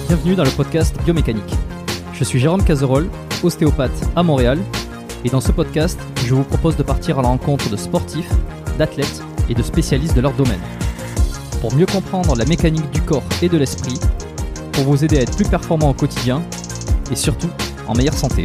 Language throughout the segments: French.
bienvenue dans le podcast Biomécanique. Je suis Jérôme Cazerolle, ostéopathe à Montréal, et dans ce podcast, je vous propose de partir à la rencontre de sportifs, d'athlètes et de spécialistes de leur domaine. Pour mieux comprendre la mécanique du corps et de l'esprit, pour vous aider à être plus performant au quotidien, et surtout en meilleure santé.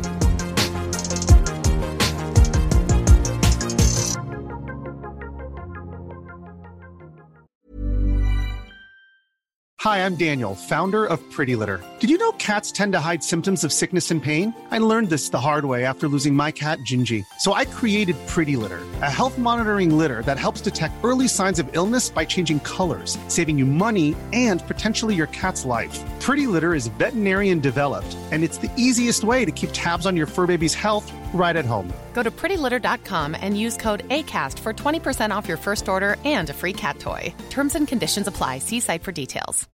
Hi, I'm Daniel, founder of Pretty Litter. Did you know cats tend to hide symptoms of sickness and pain? I learned this the hard way after losing my cat, Gingy. So I created Pretty Litter, a health monitoring litter that helps detect early signs of illness by changing colors, saving you money and potentially your cat's life. Pretty Litter is veterinarian developed, and it's the easiest way to keep tabs on your fur baby's health right at home. Go to prettylitter.com and use code ACAST for 20% off your first order and a free cat toy. Terms and conditions apply. See site for details.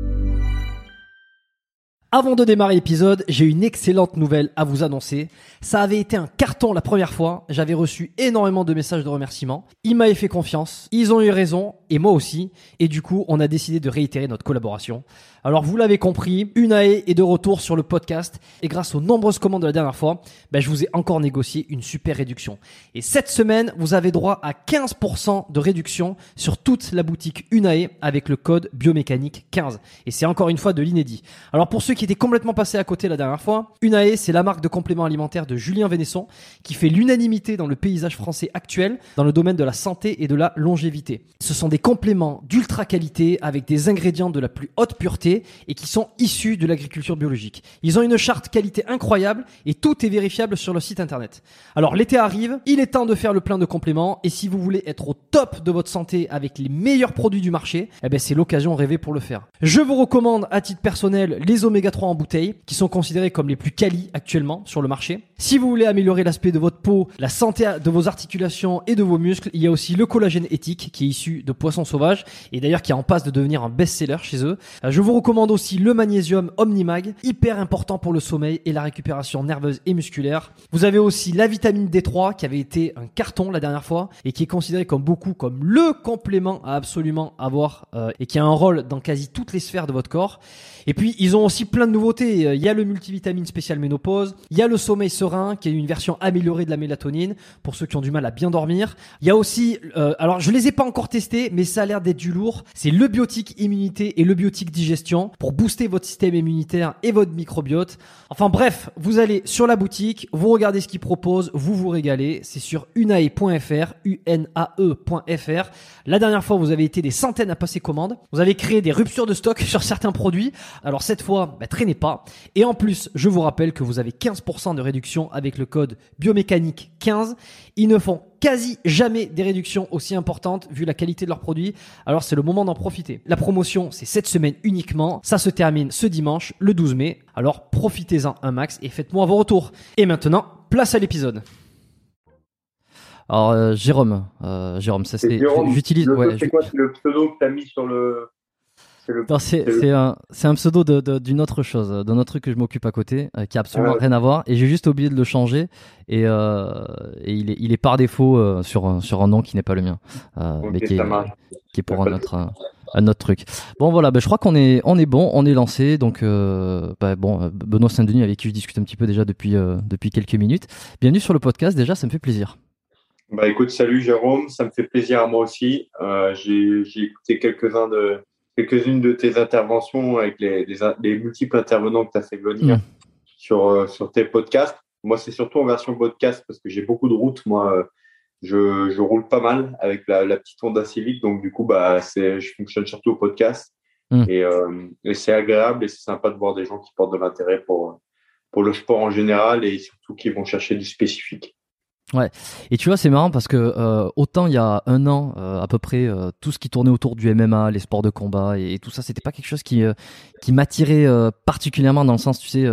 Avant de démarrer l'épisode, j'ai une excellente nouvelle à vous annoncer. Ça avait été un carton la première fois. J'avais reçu énormément de messages de remerciements. Ils m'avaient fait confiance. Ils ont eu raison. Et moi aussi. Et du coup, on a décidé de réitérer notre collaboration. Alors, vous l'avez compris, Unae est de retour sur le podcast. Et grâce aux nombreuses commandes de la dernière fois, je vous ai encore négocié une super réduction. Et cette semaine, vous avez droit à 15% de réduction sur toute la boutique Unae avec le code Biomécanique 15. Et c'est encore une fois de l'inédit. Alors, pour ceux qui étaient complètement passés à côté la dernière fois, Unae, c'est la marque de compléments alimentaires de Julien Vénesson qui fait l'unanimité dans le paysage français actuel dans le domaine de la santé et de la longévité. Ce sont des compléments d'ultra qualité avec des ingrédients de la plus haute pureté et qui sont issus de l'agriculture biologique. Ils ont une charte qualité incroyable et tout est vérifiable sur le site internet. Alors l'été arrive, il est temps de faire le plein de compléments et si vous voulez être au top de votre santé avec les meilleurs produits du marché, c'est l'occasion rêvée pour le faire. Je vous recommande à titre personnel les oméga 3 en bouteille qui sont considérés comme les plus quali actuellement sur le marché. Si vous voulez améliorer l'aspect de votre peau, la santé de vos articulations et de vos muscles, il y a aussi le collagène éthique qui est issu de poissons sauvages et d'ailleurs qui est en passe de devenir un best-seller chez eux. Je vous recommande aussi le magnésium Omnimag, hyper important pour le sommeil et la récupération nerveuse et musculaire. Vous avez aussi la vitamine D3 qui avait été un carton la dernière fois et qui est considéré comme le complément à absolument avoir et qui a un rôle dans quasi toutes les sphères de votre corps. Et puis ils ont aussi plein de nouveautés. Il y a le multivitamine spécial ménopause, il y a le sommeil serein qui est une version améliorée de la mélatonine pour ceux qui ont du mal à bien dormir. Il y a aussi, alors je les ai pas encore testés, mais ça a l'air d'être du lourd. C'est le biotique immunité et le biotique digestion pour booster votre système immunitaire et votre microbiote. Enfin bref, vous allez sur la boutique, vous regardez ce qu'ils proposent, vous vous régalez. C'est sur unae.fr, unae.fr. La dernière fois, vous avez été des centaines à passer commande. Vous avez créé des ruptures de stock sur certains produits. Alors cette fois, traînez pas. Et en plus, je vous rappelle que vous avez 15% de réduction avec le code Biomécanique 15. Ils ne font quasi jamais des réductions aussi importantes vu la qualité de leurs produits. Alors c'est le moment d'en profiter. La promotion, c'est cette semaine uniquement. Ça se termine ce dimanche, le 12 mai. Alors profitez-en un max et faites-moi vos retours. Et maintenant, place à l'épisode. Alors Jérôme, ça c'est. J'utilise. C'est quoi, c'est le pseudo que t'as mis sur le. C'est un pseudo d'une autre chose, d'un autre truc que je m'occupe à côté, qui a absolument rien à voir, et j'ai juste oublié de le changer, et il est par défaut sur un nom qui n'est pas le mien, mais qui est pour un autre truc. Bon voilà, je crois qu'on est bon, on est lancé, donc Benoît Saint-Denis avec qui je discute un petit peu déjà depuis quelques minutes. Bienvenue sur le podcast, déjà ça me fait plaisir. Écoute, salut Jérôme, ça me fait plaisir à moi aussi. J'ai écouté quelques-unes de tes interventions avec les multiples intervenants que tu as fait venir sur tes podcasts. Moi, c'est surtout en version podcast parce que j'ai beaucoup de routes. Moi, je roule pas mal avec la petite Honda Civic. Donc, du coup, je fonctionne surtout au podcast. Et c'est agréable et c'est sympa de voir des gens qui portent de l'intérêt pour le sport en général et surtout qui vont chercher du spécifique. Ouais, et tu vois c'est marrant parce que autant il y a un an à peu près tout ce qui tournait autour du MMA, les sports de combat et tout ça, c'était pas quelque chose qui m'attirait particulièrement dans le sens, tu sais,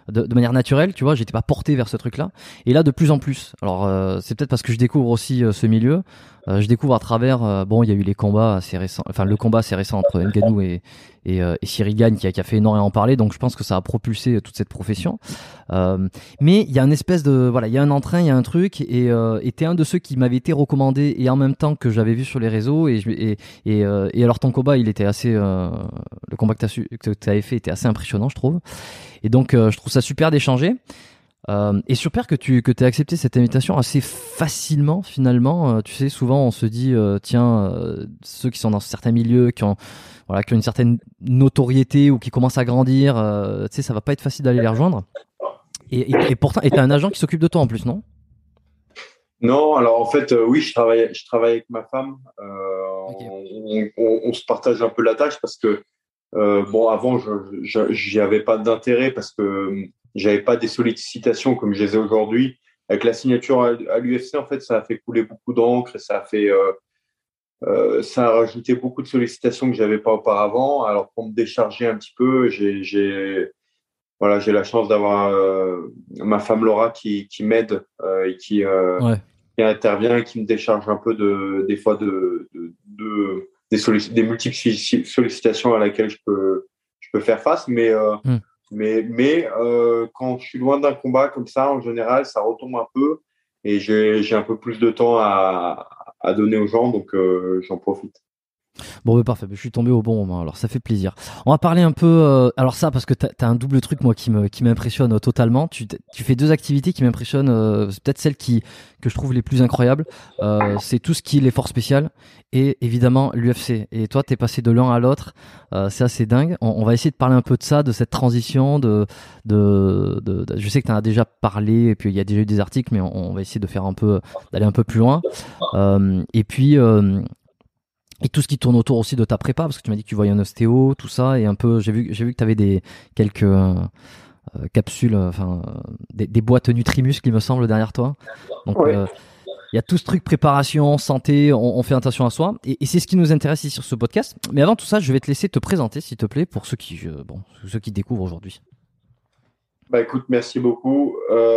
de manière naturelle, tu vois, j'étais pas porté vers ce truc-là. Et là, de plus en plus. Alors, c'est peut-être parce que je découvre aussi ce milieu. Je découvre à travers, bon, il y a eu les combats assez récents, enfin le combat assez récent entre Ngannou et Cyril Gane qui a fait énormément parler. Donc, je pense que ça a propulsé toute cette profession. Mais il y a une espèce de, voilà, il y a un entrain, il y a un truc, et t'es un de ceux qui m'avait été recommandé et en même temps que j'avais vu sur les réseaux. Et alors ton combat, il était assez, le combat que t'avais fait était assez impressionnant, je trouve. Et donc, je trouve ça super d'échanger. Et super que t'aies accepté cette invitation assez facilement finalement. Tu sais, souvent on se dit tiens, ceux qui sont dans certains milieux, qui ont une certaine notoriété ou qui commencent à grandir, tu sais, ça va pas être facile d'aller les rejoindre. Et pourtant, t'as un agent qui s'occupe de toi en plus, non? Non, alors en fait, oui, je travaille avec ma femme. Okay. On se partage un peu la tâche parce que bon, avant, j'y avais pas d'intérêt parce que j'avais pas des sollicitations comme je les ai aujourd'hui. Avec la signature à l'UFC, en fait, ça a fait couler beaucoup d'encre et ça a rajouté beaucoup de sollicitations que j'avais pas auparavant. Alors, pour me décharger un petit peu, j'ai la chance d'avoir ma femme Laura qui m'aide et Ouais. qui intervient et qui me décharge un peu des fois des multiples sollicitations à laquelle je peux faire face. Mais quand je suis loin d'un combat comme ça, en général, ça retombe un peu et j'ai un peu plus de temps à donner aux gens, donc j'en profite. Bon, bah, parfait. Je suis tombé au bon moment. Alors, ça fait plaisir. On va parler un peu. Alors ça, parce que t'as un double truc moi qui m'impressionne totalement. Tu fais deux activités qui m'impressionnent. C'est peut-être celles que je trouve les plus incroyables. C'est tout ce qui est l'effort spécial et évidemment l'UFC. Et toi, t'es passé de l'un à l'autre. C'est assez dingue. On va essayer de parler un peu de ça, de cette transition. Je sais que t'en as déjà parlé et puis il y a déjà eu des articles, mais on va essayer de faire d'aller un peu plus loin. Et puis. Et tout ce qui tourne autour aussi de ta prépa, parce que tu m'as dit que tu voyais un ostéo, tout ça, et un peu, j'ai vu que tu avais quelques capsules, des boîtes Nutrimuscle, il me semble, derrière toi. Donc, Ouais. il y a tout ce truc préparation, santé, on fait attention à soi, et c'est ce qui nous intéresse ici sur ce podcast. Mais avant tout ça, je vais te laisser te présenter, s'il te plaît, pour ceux qui découvrent aujourd'hui. Bah écoute, merci beaucoup.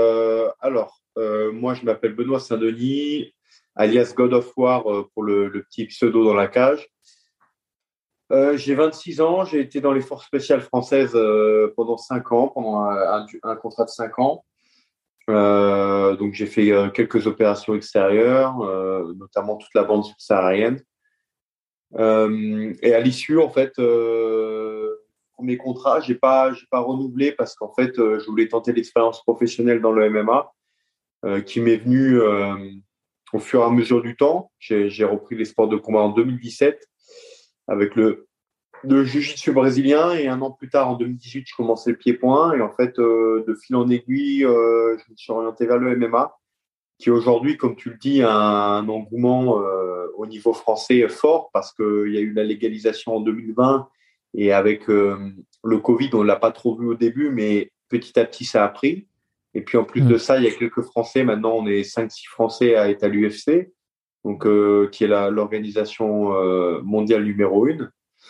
Moi, je m'appelle Benoît Saint-Denis, alias God of War pour le petit pseudo dans la cage. J'ai 26 ans, j'ai été dans les forces spéciales françaises pendant 5 ans, pendant un contrat de 5 ans. Donc j'ai fait quelques opérations extérieures, notamment toute la bande subsaharienne. Et à l'issue, en fait, premier contrat, j'ai pas renouvelé parce qu'en fait, je voulais tenter l'expérience professionnelle dans le MMA, qui m'est venue au fur et à mesure du temps. J'ai repris les sports de combat en 2017 avec le jiu-jitsu brésilien et un an plus tard, en 2018, je commençais le pied-point et en fait, de fil en aiguille, je me suis orienté vers le MMA qui aujourd'hui, comme tu le dis, a un engouement au niveau français fort parce qu'il y a eu la légalisation en 2020 et avec le Covid, on ne l'a pas trop vu au début, mais petit à petit, ça a pris. Et puis en plus de ça, il y a quelques Français, maintenant on est 5-6 Français à être à l'UFC, donc, qui est l'organisation mondiale numéro 1.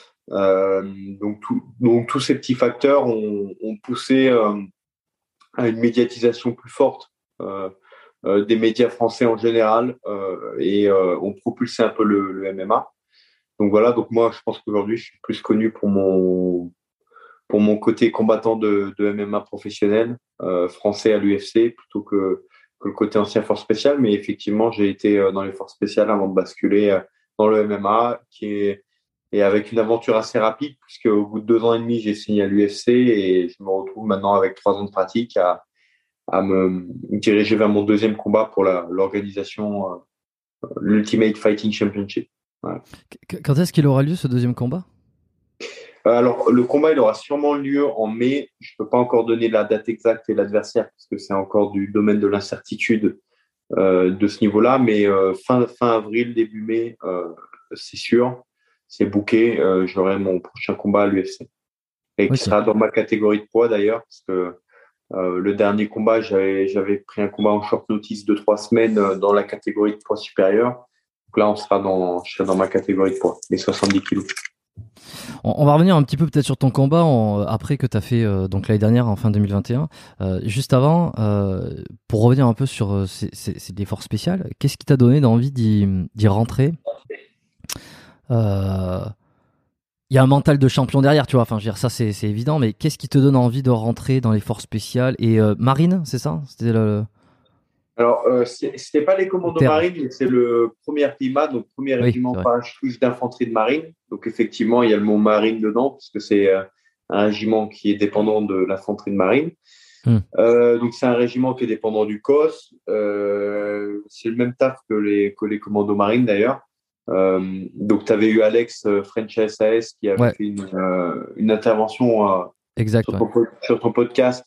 Donc tous ces petits facteurs ont poussé à une médiatisation plus forte des médias français en général et ont propulsé un peu le MMA. Donc voilà, donc moi je pense qu'aujourd'hui je suis plus connu pour mon côté combattant de MMA professionnel français à l'UFC plutôt que le côté ancien force spéciale. Mais effectivement, j'ai été dans les forces spéciales avant de basculer dans le MMA et avec une aventure assez rapide puisque au bout de 2 ans et demi, j'ai signé à l'UFC et je me retrouve maintenant avec 3 ans de pratique à me diriger vers mon deuxième combat pour l'organisation l'Ultimate Fighting Championship. Voilà. Quand est-ce qu'il aura lieu ce deuxième combat? Alors, le combat, il aura sûrement lieu en mai. Je ne peux pas encore donner la date exacte et l'adversaire parce que c'est encore du domaine de l'incertitude de ce niveau-là. Mais fin avril, début mai, c'est sûr. C'est booké. J'aurai mon prochain combat à l'UFC. Et qui sera dans ma catégorie de poids d'ailleurs parce que le dernier combat, j'avais pris un combat en short notice de 3 semaines dans la catégorie de poids supérieur. Donc là, je serai dans ma catégorie de poids, les 70 kilos. On va revenir un petit peu peut-être sur ton combat après que tu as fait donc l'année dernière en fin 2021. Juste avant, pour revenir un peu sur des forces spéciales, qu'est-ce qui t'a donné d'envie d'y rentrer? Il y a un mental de champion derrière, tu vois. Enfin, je veux dire, ça c'est évident, mais qu'est-ce qui te donne envie de rentrer dans les forces spéciales et marine, c'est ça? C'était Alors, c'était pas les commandos terre. marines, mais c'est le premier RPIMA, donc premier Oui, régiment c'est vrai. parachutiste d'infanterie de marine. Donc, effectivement, il y a le mot marine dedans, puisque c'est un régiment qui est dépendant de l'infanterie de marine. Donc, c'est un régiment qui est dépendant du COS. C'est le même taf que les commandos marines, d'ailleurs. Donc, tu avais eu Alex French SAS qui avait Ouais, fait une intervention exact. sur Ouais. sur ton podcast.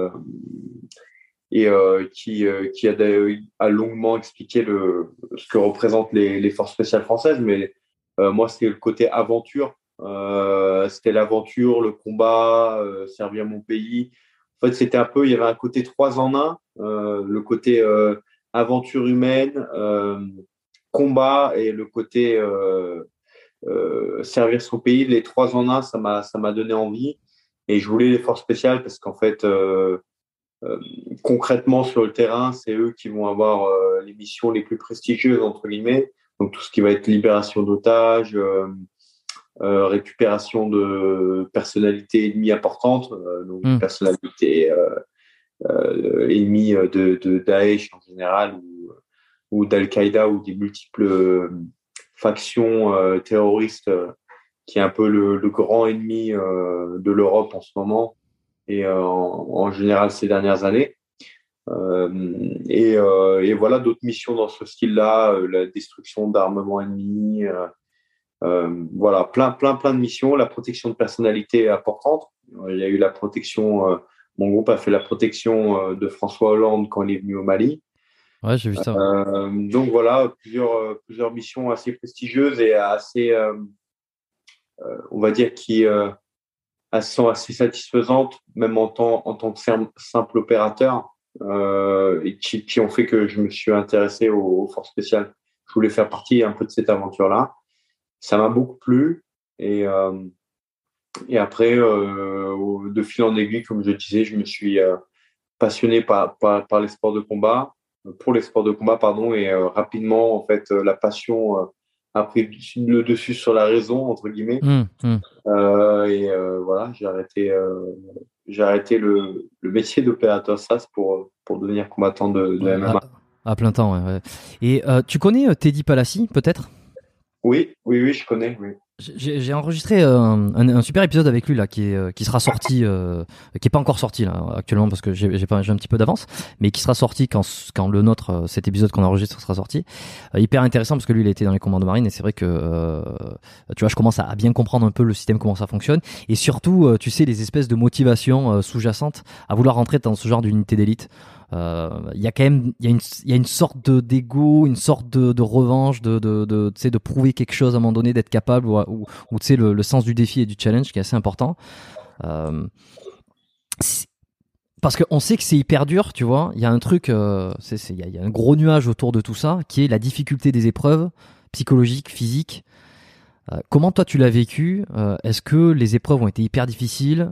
Et qui a longuement expliqué ce que représentent les forces spéciales françaises. Mais moi, c'était le côté aventure. C'était l'aventure, le combat, servir mon pays. En fait, c'était un peu, il y avait un côté trois en un, le côté aventure humaine, combat et le côté servir son pays. Les trois en un, ça m'a donné envie. Et je voulais les forces spéciales parce qu'en fait, euh, concrètement sur le terrain, c'est eux qui vont avoir les missions les plus prestigieuses, entre guillemets. Donc tout ce qui va être libération d'otages, récupération de personnalités ennemies importantes, donc des Hmm. personnalités ennemies de Daesh en général ou d'Al-Qaïda ou des multiples factions terroristes qui est un peu le grand ennemi de l'Europe en ce moment et en général ces dernières années. Et voilà d'autres missions dans ce style-là, la destruction d'armements ennemis, voilà, plein de missions. La protection de personnalités est importante. Il y a eu la protection, mon groupe a fait la protection de François Hollande quand il est venu au Mali. Ouais, j'ai vu ça. Ouais. Donc voilà, plusieurs missions assez prestigieuses et assez, on va dire, qui sont assez satisfaisantes, même en tant que simple opérateur, et qui ont fait que je me suis intéressé aux forces spéciales. Je voulais faire partie un peu de cette aventure-là. Ça m'a beaucoup plu. Et après, de fil en aiguille, comme je disais, je me suis passionné par les sports de combat, pour les sports de combat, pardon, et rapidement, en fait, la passion a pris le dessus sur la raison, entre guillemets. Hmm. Voilà, j'ai arrêté le métier d'opérateur SAS pour devenir combattant de Ouais, MMA. à plein temps, ouais. Ouais. Et tu connais Teddy Palassi, peut-être? Oui, je connais, oui. J'ai enregistré un super épisode avec lui là qui sera sorti, qui est pas encore sorti là actuellement parce que j'ai un petit peu d'avance, mais qui sera sorti quand le nôtre, cet épisode qu'on enregistre sera sorti. Hyper intéressant parce que lui il a été dans les commandos marines et c'est vrai que tu vois, je commence à bien comprendre un peu le système, comment ça fonctionne, et surtout tu sais, les espèces de motivations sous-jacentes à vouloir rentrer dans ce genre d'unité d'élite. Il y a quand même, il y a une sorte d'ego, une sorte de revanche, tu sais, de prouver quelque chose à un moment donné, d'être capable, ou tu sais, le sens du défi et du challenge qui est assez important. Parce qu'on sait que c'est hyper dur, tu vois. Il y a un truc, il y a un gros nuage autour de tout ça, qui est la difficulté des épreuves psychologiques, physiques. Comment toi tu l'as vécu? Est-ce que les épreuves ont été hyper difficiles?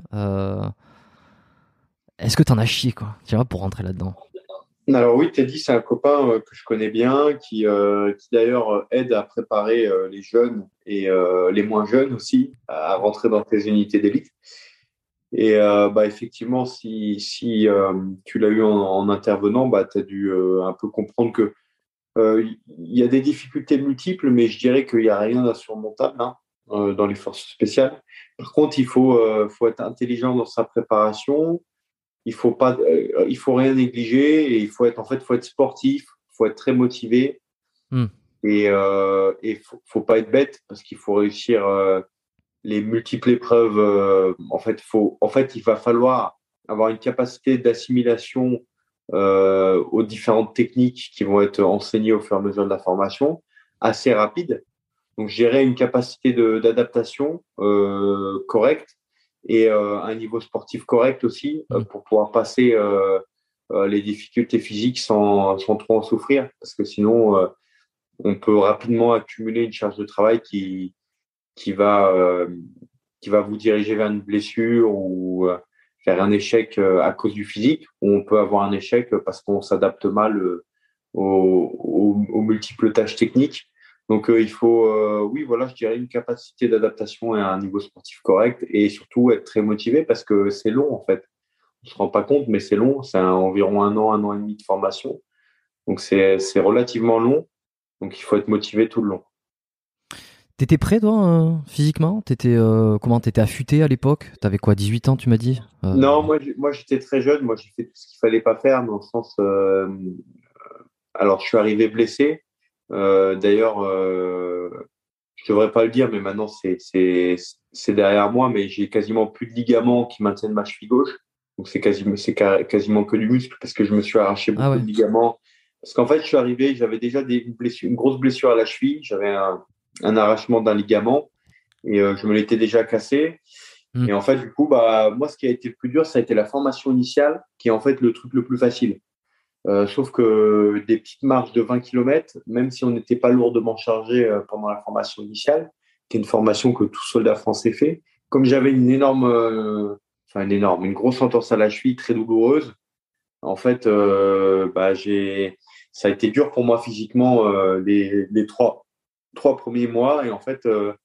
Est-ce que t'en as chié, quoi, tu vois, pour rentrer là-dedans? Alors oui, Teddy, c'est un copain que je connais bien, qui d'ailleurs aide à préparer les jeunes et les moins jeunes aussi à rentrer dans tes unités d'élite. Et bah, effectivement, si tu l'as eu en intervenant, bah, tu as dû un peu comprendre que il y a des difficultés multiples, mais je dirais qu'il n'y a rien d'insurmontable hein, dans les forces spéciales. Par contre, faut être intelligent dans sa préparation. Il faut rien négliger et faut être sportif, il faut être très motivé Hmm. et faut pas être bête parce qu'il faut réussir les multiples épreuves. En fait, il va falloir avoir une capacité d'assimilation aux différentes techniques qui vont être enseignées au fur et à mesure de la formation assez rapide. Donc, gérer une capacité d'adaptation correcte et un niveau sportif correct aussi Hmm. pour pouvoir passer les difficultés physiques sans trop en souffrir. Parce que sinon, on peut rapidement accumuler une charge de travail qui va qui va vous diriger vers une blessure ou vers un échec à cause du physique, ou on peut avoir un échec parce qu'on s'adapte mal aux multiples tâches techniques. Donc, il faut, oui, voilà, je dirais une capacité d'adaptation et un niveau sportif correct et surtout être très motivé parce que c'est long, en fait. On ne se rend pas compte, mais c'est long. C'est environ un an et demi de formation. Donc, c'est relativement long. Donc, il faut être motivé tout le long. T'étais prêt, toi, physiquement? Comment t'étais affûté à l'époque? T'avais quoi, 18 ans, tu m'as dit? Non, moi, j'étais très jeune. Moi, j'ai fait tout ce qu'il fallait pas faire dans le sens. Alors, je suis arrivé blessé. D'ailleurs, je devrais pas le dire, mais maintenant, c'est derrière moi. Mais j'ai quasiment plus de ligaments qui maintiennent ma cheville gauche. Donc, quasiment que du muscle parce que je me suis arraché Ah beaucoup ouais. de ligaments. Parce qu'en fait, je suis arrivé, j'avais déjà une grosse blessure à la cheville. J'avais un arrachement d'un ligament et je me l'étais déjà cassé. Hmm. Et en fait, du coup, bah, moi, ce qui a été le plus dur, ça a été la formation initiale, qui est en fait le truc le plus facile. Sauf que des petites marches de 20 km, même si on n'était pas lourdement chargé pendant la formation initiale, qui est une formation que tout soldat français fait, comme j'avais une grosse entorse à la cheville très douloureuse, en fait, ça a été dur pour moi physiquement les trois premiers mois. Et en fait,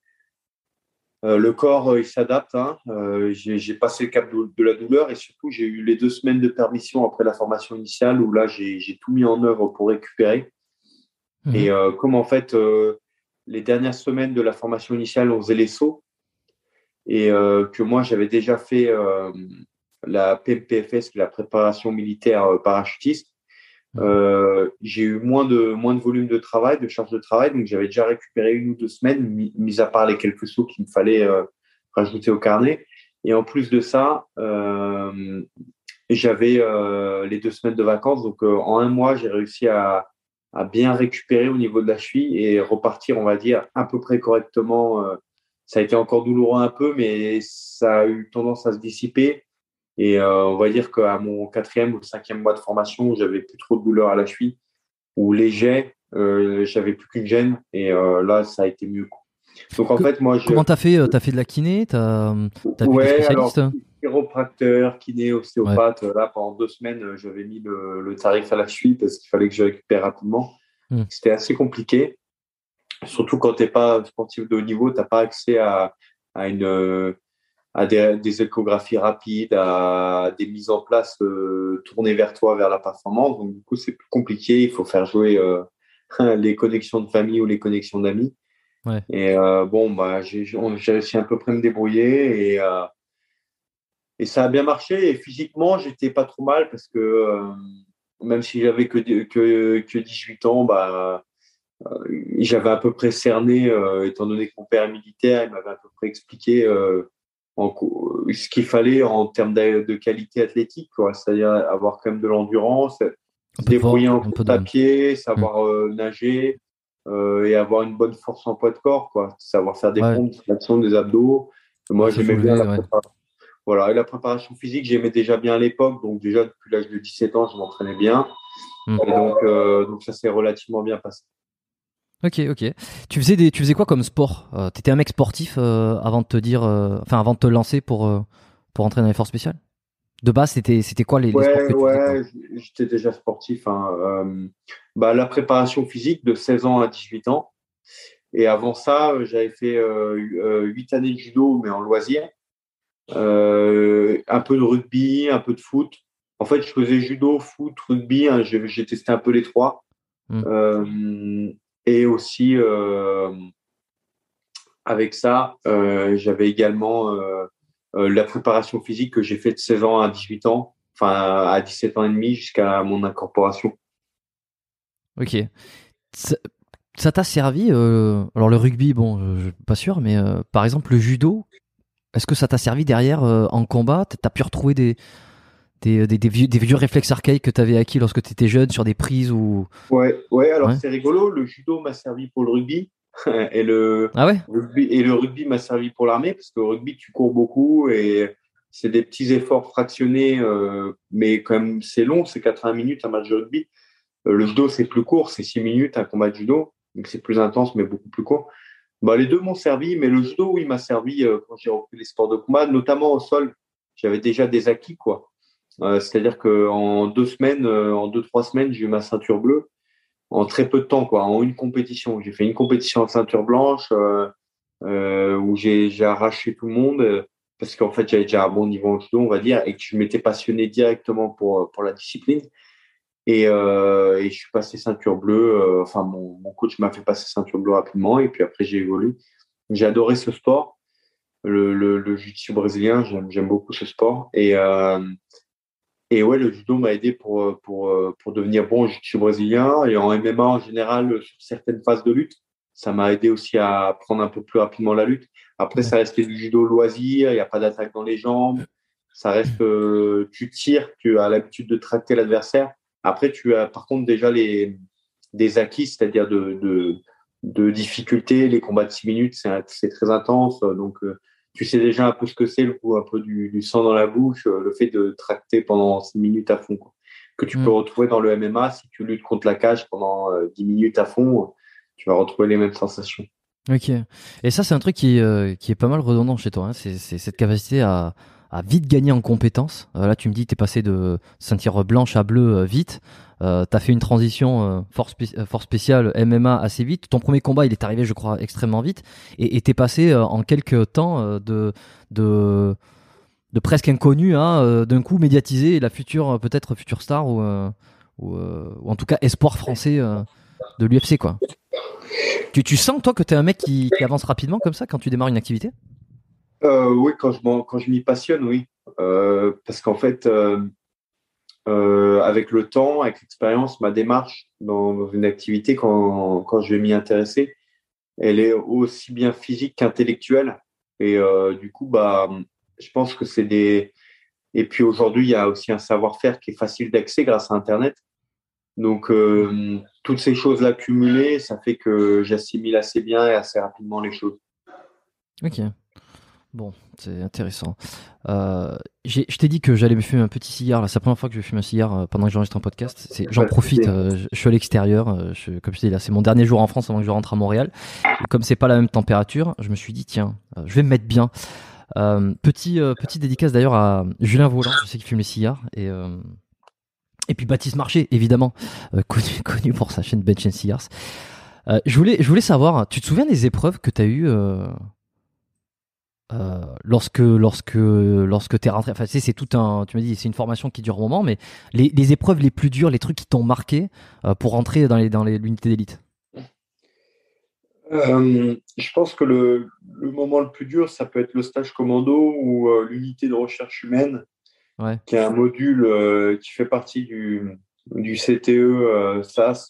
le corps, il s'adapte. Hein. J'ai passé le cap de la douleur et surtout, j'ai eu les 2 semaines de permission après la formation initiale où là, j'ai tout mis en œuvre pour récupérer. Mhm. Et comme en fait, les dernières semaines de la formation initiale, on faisait les sauts et que moi, j'avais déjà fait la PMPFS, la préparation militaire parachutiste. J'ai eu moins de volume de travail, de charge de travail, donc j'avais déjà récupéré 1 ou 2 semaines, mis à part les quelques sauts qu'il me fallait rajouter au carnet. Et en plus de ça, j'avais les 2 semaines de vacances, donc en un mois, j'ai réussi à bien récupérer au niveau de la cheville et repartir, on va dire, à peu près correctement. Ça a été encore douloureux un peu, mais ça a eu tendance à se dissiper. Et on va dire qu'à mon 4e ou 5e mois de formation, j'avais plus trop de douleur à la cheville, ou léger, j'avais plus qu'une gêne, et là, ça a été mieux, quoi. Donc en Que- fait, moi, Comment t'as fait? T'as fait de la kiné? T'as vu des ouais, alors spécialistes? chiropracteur, kiné, Ouais. ostéopathe, là, pendant 2 semaines, j'avais mis le tarif à la cheville parce qu'il fallait que je récupère rapidement. Hmm. C'était assez compliqué, surtout quand t'es pas sportif de haut niveau, t'as pas accès à des échographies rapides, à des mises en place tournées vers toi, vers la performance. Donc, du coup, c'est plus compliqué. Il faut faire jouer les connexions de famille ou les connexions d'amis. Ouais. Et bon, bah, j'ai réussi à peu près à me débrouiller et ça a bien marché. Et physiquement, j'étais pas trop mal parce que même si j'avais que 18 ans, bah, j'avais à peu près cerné, étant donné que mon père est militaire, il m'avait à peu près expliqué ce qu'il fallait en termes de qualité athlétique, quoi. C'est-à-dire avoir quand même de l'endurance, Un se peu de débrouiller force, en un course peu à de. pied, Hmm. savoir nager et avoir une bonne force en poids de corps, quoi. Savoir faire des Ouais. pompes, des tractions, des abdos. Ouais, Moi, se j'aimais bien soulever, la ouais. préparation. Voilà, et la préparation physique, j'aimais déjà bien à l'époque. Donc déjà, depuis l'âge de 17 ans, je m'entraînais bien. Hmm. Et donc ça s'est relativement bien passé. Ok, ok. Tu faisais quoi comme sport? T'étais un mec sportif avant de te dire, enfin avant de te lancer pour entrer dans les forces spéciales? De base, c'était quoi les sports Ouais, que tu faisais, quoi? ouais, j'étais déjà sportif, hein. Bah, la préparation physique de 16 ans à 18 ans. Et avant ça, j'avais fait 8 années de judo, mais en loisir. Un peu de rugby, un peu de foot. En fait, je faisais judo, foot, rugby, hein, j'ai testé un peu les trois. Hmm. Et aussi, avec ça, j'avais également la préparation physique que j'ai fait de 16 ans à 18 ans, enfin à 17 ans et demi jusqu'à mon incorporation. Ok. Ça ça t'a servi, alors le rugby, bon, je suis pas sûr, mais par exemple le judo, est-ce que ça t'a servi derrière en combat? T'as pu retrouver des vieux réflexes archaïques que t'avais acquis lorsque t'étais jeune sur des prises ou... Ouais, ouais, alors Ouais. c'est rigolo, le judo m'a servi pour le rugby Ah ouais? et le rugby m'a servi pour l'armée parce que au rugby tu cours beaucoup et c'est des petits efforts fractionnés, mais quand même c'est long, c'est 80 minutes un match de rugby. Le judo c'est plus court, c'est 6 minutes un combat de judo, donc c'est plus intense mais beaucoup plus court. Bah, les deux m'ont servi, mais le judo, oui, m'a servi quand j'ai repris les sports de combat, notamment au sol. J'avais déjà des acquis, quoi. C'est-à-dire qu'en 2 semaines, en 2, 3 semaines, j'ai eu ma ceinture bleue en très peu de temps, quoi, en une compétition. J'ai fait une compétition en ceinture blanche où j'ai arraché tout le monde parce qu'en fait, j'avais déjà un bon niveau en judo, on va dire, et que je m'étais passionné directement pour la discipline. Et je suis passé ceinture bleue. Enfin, mon coach m'a fait passer ceinture bleue rapidement, et puis après, j'ai évolué. J'ai adoré ce sport, le jiu-jitsu brésilien. J'aime beaucoup ce sport. Et ouais, le judo m'a aidé pour devenir bon au jiu-jitsu brésilien. Et en MMA, en général, sur certaines phases de lutte, ça m'a aidé aussi à apprendre un peu plus rapidement la lutte. Après, Ouais. ça reste du judo loisir, il n'y a pas d'attaque dans les jambes. Ça reste, tu tires, tu as l'habitude de tracter l'adversaire. Après, tu as par contre déjà des acquis, c'est-à-dire de difficulté. Les combats de 6 minutes, c'est très intense. Donc, tu sais déjà un peu ce que c'est, le coup, un peu du sang dans la bouche, le fait de tracter pendant 6 minutes à fond, quoi. Que tu peux Mm. retrouver dans le MMA si tu luttes contre la cage pendant 10 minutes à fond, tu vas retrouver les mêmes sensations. Ok. Et ça, c'est un truc qui est pas mal redondant chez toi, hein. C'est cette capacité à vite gagner en compétences. Là, tu me dis que t'es passé de ceinture blanche à bleue vite. T'as fait une transition fort spéciale MMA assez vite. Ton premier combat, il est arrivé, je crois, extrêmement vite. Et t'es passé en quelques temps de, de presque inconnu, hein, d'un coup médiatisé, la future, peut-être future star ou en tout cas espoir français de l'UFC, quoi. Tu sens, toi, que t'es un mec qui avance rapidement comme ça quand tu démarres une activité? Oui, quand je m'y passionne, oui. Parce qu'en fait, avec le temps, avec l'expérience, ma démarche dans une activité, quand je vais m'y intéresser, elle est aussi bien physique qu'intellectuelle. Et du coup, bah, je pense que c'est des. Et puis aujourd'hui, il y a aussi un savoir-faire qui est facile d'accès grâce à Internet. Donc, toutes ces choses-là cumulées, ça fait que j'assimile assez bien et assez rapidement les choses. Ok, bon, c'est intéressant. Je t'ai dit que j'allais me fumer un petit cigare, là. C'est la première fois que je vais fumer un cigare pendant que j'enregistre un podcast. J'en Pas de profite, souci. je suis à l'extérieur. Comme je dis, là, c'est mon dernier jour en France avant que je rentre à Montréal. Et comme c'est pas la même température, je me suis dit, tiens, je vais me mettre bien. Petit dédicace d'ailleurs à Julien Volant, je sais qu'il fume les cigares. Et puis Baptiste Marché, évidemment, connu pour sa chaîne Bench and Cigars. Je voulais savoir, tu te souviens des épreuves que tu as eues lorsque t'es rentré? Enfin, c'est tout un. Tu m'as dit, c'est une formation qui dure un moment, mais les épreuves les plus dures, les trucs qui t'ont marqué pour rentrer dans l'unité d'élite. Je pense que le moment le plus dur, ça peut être le stage commando ou l'unité de recherche humaine, Ouais. qui est un module qui fait partie du CTE SAS,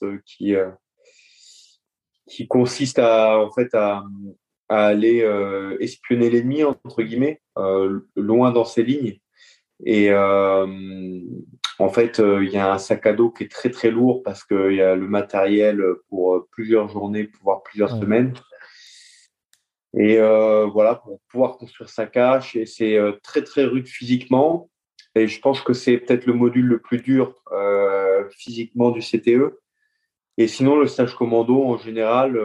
qui consiste en fait, à aller espionner l'ennemi, entre guillemets, loin dans ses lignes. Et en fait, il y a un sac à dos qui est très très lourd parce qu'il y a le matériel pour plusieurs journées, voire plusieurs Ouais. semaines. Et voilà, pour pouvoir construire sa cache. Et c'est très très rude physiquement. Et je pense que c'est peut-être le module le plus dur physiquement du CTE. Et sinon, le stage commando, en général,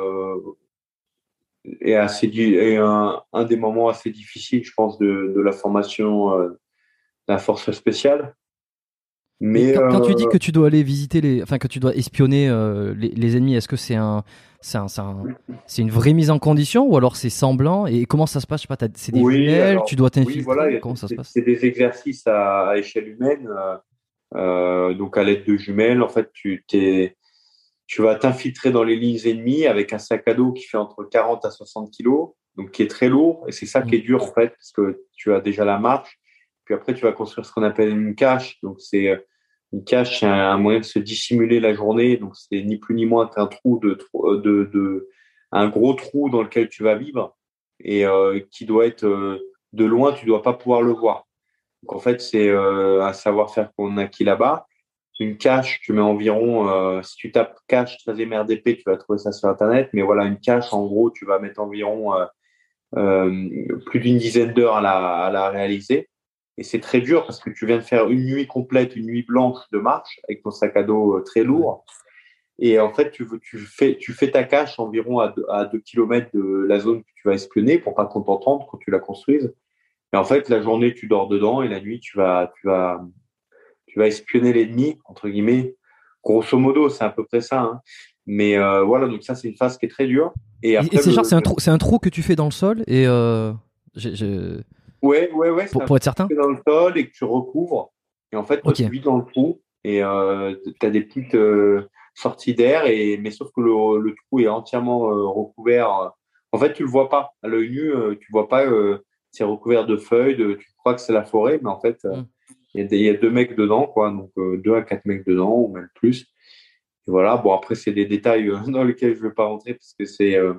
est un des moments assez difficiles, je pense, de la formation de la force spéciale. Mais Mais quand tu dis que tu dois aller visiter enfin que tu dois espionner les ennemis, est-ce que c'est une vraie mise en condition ou alors c'est semblant? Et comment ça se passe? Je sais pas, c'est des oui, jumelles, alors, tu dois oui, voilà, t'infiltrer, comment ça se passe? c'est des exercices à échelle humaine. Donc, à l'aide de jumelles, en fait, tu vas t'infiltrer dans les lignes ennemies avec un sac à dos qui fait entre 40 à 60 kilos, donc qui est très lourd. Et c'est ça qui Mm. est dur, en fait, parce que tu as déjà la marche. Puis après, tu vas construire ce qu'on appelle une cache. Donc, une cache, c'est un moyen de se dissimuler la journée. Donc, c'est ni plus ni moins qu'un un gros trou dans lequel tu vas vivre et qui doit être de loin, tu dois pas pouvoir le voir. Donc, en fait, c'est un savoir-faire qu'on a acquis là-bas. Une cache, tu mets environ, si tu tapes cache 13 MRDP, tu vas trouver ça sur Internet. Mais voilà, une cache, en gros, tu vas mettre environ plus d'une dizaine d'heures à la réaliser. Et c'est très dur parce que tu viens de faire une nuit complète, une nuit blanche de marche avec ton sac à dos très Ouais. lourd. Et en fait, tu fais ta cache environ à 2 km de la zone que tu vas espionner pour pas qu'on t'entende quand tu la construises. Et en fait, la journée, tu dors dedans et la nuit, tu vas espionner l'ennemi, entre guillemets. Grosso modo, c'est à peu près ça, hein. Mais voilà, donc ça, c'est une phase qui est très dure. Et Et après, c'est genre, c'est un trou que tu fais dans le sol et ouais, ouais, ouais, c'est un pour trou être certain. que tu fais dans le sol et que tu recouvres. Et en fait, toi, Ok. tu vis dans le trou et tu as des petites sorties d'air, mais sauf que le trou est entièrement recouvert. En fait, tu le vois pas. À l'œil nu, tu vois pas, c'est recouvert de feuilles, tu crois que c'est la forêt, mais en fait, Hmm. il y a 2 mecs dedans, quoi. Donc, 2 à 4 mecs dedans, ou même plus. Et voilà. Bon, après, c'est des détails dans lesquels je ne vais pas rentrer parce que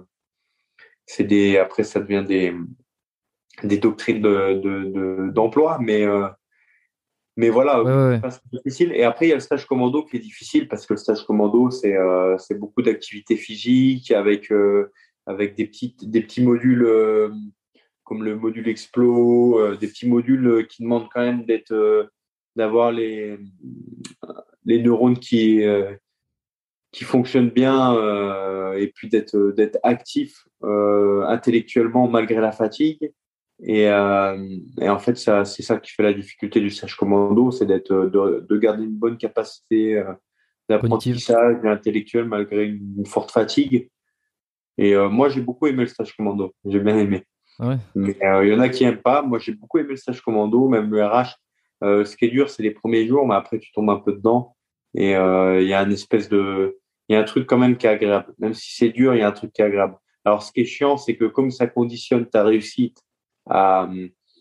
après, ça devient des doctrines d'emploi, mais voilà, Ouais, ouais, ouais. c'est difficile. Et après, il y a le stage commando qui est difficile parce que le stage commando, c'est beaucoup d'activités physiques avec des petits modules comme le module Explo, des petits modules qui demandent quand même d'avoir les neurones qui fonctionnent bien et puis d'être actif intellectuellement malgré la fatigue. Et en fait, c'est ça qui fait la difficulté du stage commando, c'est de garder une bonne capacité Cognitive. d'apprentissage et intellectuel malgré une forte fatigue. Et moi, j'ai beaucoup aimé le stage commando, j'ai bien aimé. Ah ouais. Mais il y en a qui n'aiment pas. Moi, j'ai beaucoup aimé le stage commando, même le RH. Ce qui est dur, c'est les premiers jours, mais après, tu tombes un peu dedans. Et il y a une espèce il y a un truc quand même qui est agréable. Même si c'est dur, il y a un truc qui est agréable. Alors, ce qui est chiant, c'est que comme ça conditionne ta réussite à,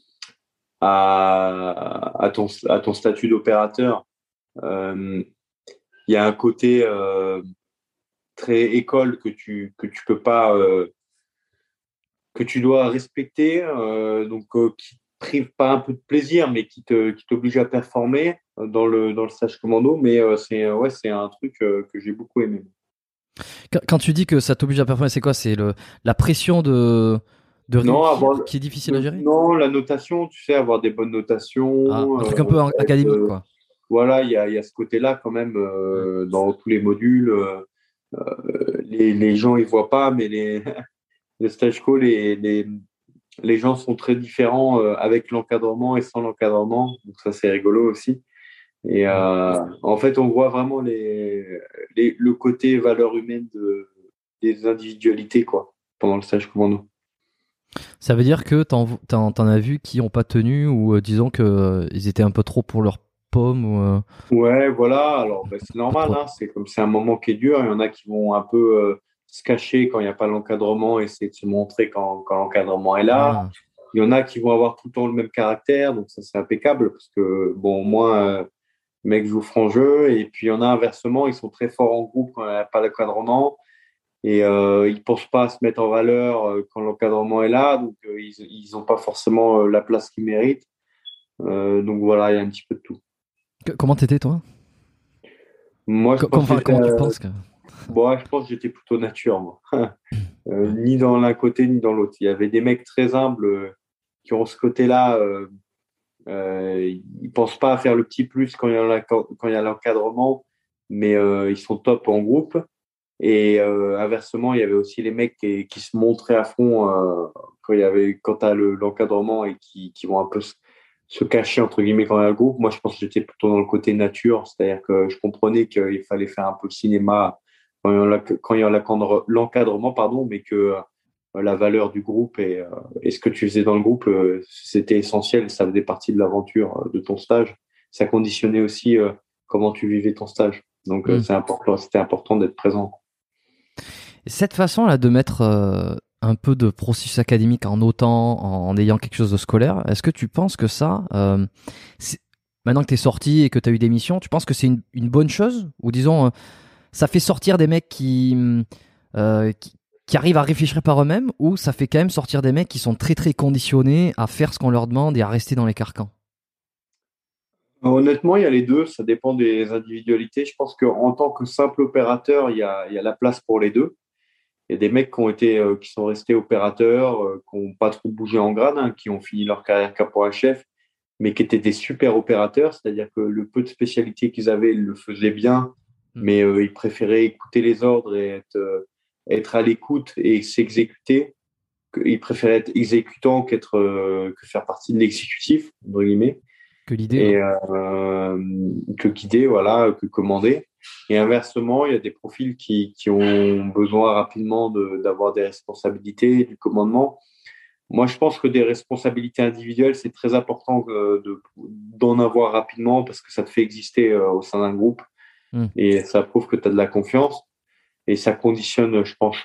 à ton statut d'opérateur, euh, il y a un côté très école que tu peux pas, que tu dois respecter, qui te prive pas un peu de plaisir, mais qui t'oblige à performer dans le stage commando. Mais ouais, c'est un truc que j'ai beaucoup aimé. Quand tu dis que ça t'oblige à performer, c'est quoi? C'est la pression de Non, réussir qui est difficile à gérer? non, la notation, tu sais, avoir des bonnes Ah, notations, un truc un peu académique, quoi. voilà, il y a ce côté-là quand même Hmm. dans tous les modules. Les gens ils voient pas, mais les stage co, les gens sont très différents avec l'encadrement et sans l'encadrement. Donc ça, c'est rigolo aussi. Et Ouais. en fait, on voit vraiment le côté valeur humaine des individualités, quoi, pendant le stage commando. Ça veut dire que t'en as vu qui ont pas tenu ou disons que ils étaient un peu trop pour leur pomme ou Ouais, voilà. Alors, ben, c'est pas normal, trop. hein. C'est comme c'est un moment qui est dur. Il y en a qui vont un peu se cacher quand il n'y a pas l'encadrement et essayer de se montrer quand l'encadrement est là. Ah. Il y en a qui vont avoir tout le temps le même caractère, donc ça, c'est impeccable parce que, bon, moi, le mec joue franc jeu. Et puis, il y en a inversement, ils sont très forts en groupe quand il n'y a pas l'encadrement et ils ne pensent pas à se mettre en valeur quand l'encadrement est là. Donc, ils n'ont pas forcément la place qu'ils méritent. Donc, voilà, il y a un petit peu de tout. Comment t'étais toi? Moi, je pense que Enfin, j'étais comment tu penses que bon, je pense que j'étais plutôt nature, moi. Ni dans l'un côté, ni dans l'autre. Il y avait des mecs très humbles qui ont ce côté-là. Ils pensent pas à faire le petit plus quand il y a l'encadrement, mais ils sont top en groupe. Et inversement, il y avait aussi les mecs qui se montraient à fond quand t'as l'encadrement et qui vont un peu se cacher entre guillemets quand il y a le groupe. Moi, je pense que j'étais plutôt dans le côté nature, c'est-à-dire que je comprenais qu'il fallait faire un peu le cinéma quand il y a l'encadrement, pardon, mais que la valeur du groupe et ce que tu faisais dans le groupe, c'était essentiel, ça faisait partie de l'aventure de ton stage. Ça conditionnait aussi comment tu vivais ton stage. Donc, Hmm. c'est important, c'était important d'être présent. Cette façon-là de mettre un peu de processus académique en autant, en ayant quelque chose de scolaire, est-ce que tu penses que ça, maintenant que tu es sorti et que tu as eu des missions, tu penses que c'est une bonne chose? Ou disons, ça fait sortir des mecs euh, qui, qui arrivent à réfléchir par eux-mêmes, ou ça fait quand même sortir des mecs qui sont très très conditionnés à faire ce qu'on leur demande et à rester dans les carcans? Honnêtement, il y a les deux, ça dépend des individualités. Je pense qu'en tant que simple opérateur, il y a la place pour les deux. Il y a des mecs qui sont restés opérateurs, qui n'ont pas trop bougé en grade, hein, qui ont fini leur carrière caporal chef, mais qui étaient des super opérateurs, c'est-à-dire que le peu de spécialités qu'ils avaient, ils le faisaient bien mais il préférait écouter les ordres et être à l'écoute et s'exécuter. Il préférait être exécutant que faire partie de l'exécutif, entre guillemets. Que l'idée. Et que guider, voilà, que commander. Et inversement, il y a des profils qui ont besoin rapidement d'avoir des responsabilités, du commandement. Moi, je pense que des responsabilités individuelles, c'est très important d'en avoir rapidement parce que ça te fait exister au sein d'un groupe et ça prouve que tu as de la confiance et ça conditionne, je pense,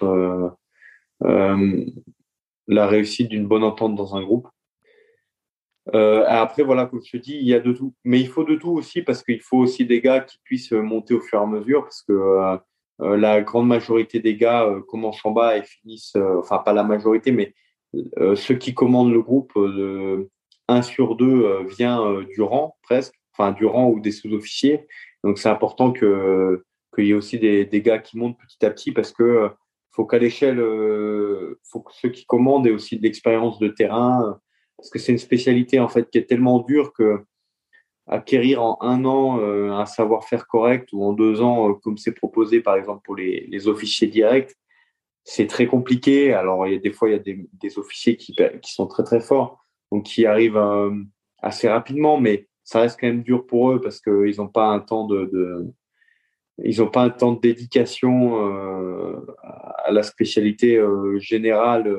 la réussite d'une bonne entente dans un groupe. Après, voilà, comme je te dis, il y a de tout. Mais il faut de tout aussi parce qu'il faut aussi des gars qui puissent monter au fur et à mesure parce que la grande majorité des gars commencent en bas et finissent, enfin pas la majorité, mais ceux qui commandent le groupe, 1 sur 2 vient du rang presque, enfin du rang ou des sous-officiers. Donc c'est important qu'il y ait aussi des gars qui montent petit à petit parce que faut qu'à l'échelle, faut que ceux qui commandent aient aussi de l'expérience de terrain parce que c'est une spécialité en fait qui est tellement dure que acquérir en 1 an un savoir-faire correct ou en 2 ans, comme c'est proposé par exemple pour les officiers directs, c'est très compliqué. Alors, des fois, il y a des officiers qui sont très, très forts, donc qui arrivent assez rapidement, mais ça reste quand même dur pour eux parce qu'ils n'ont pas un temps ils ont pas un temps de dédication à la spécialité générale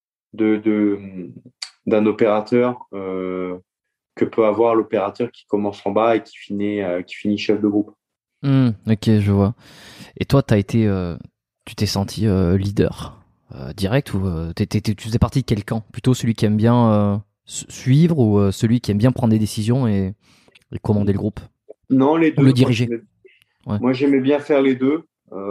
d'un opérateur que peut avoir l'opérateur qui commence en bas et qui finit chef de groupe. Ok, je vois. Et toi, tu t'es senti leader direct ou tu faisais partie de quel camp? Plutôt celui qui aime bien suivre ou celui qui aime bien prendre des décisions et commander le groupe? Non, les deux. Ou le diriger? Moi, j'aimais bien faire les deux.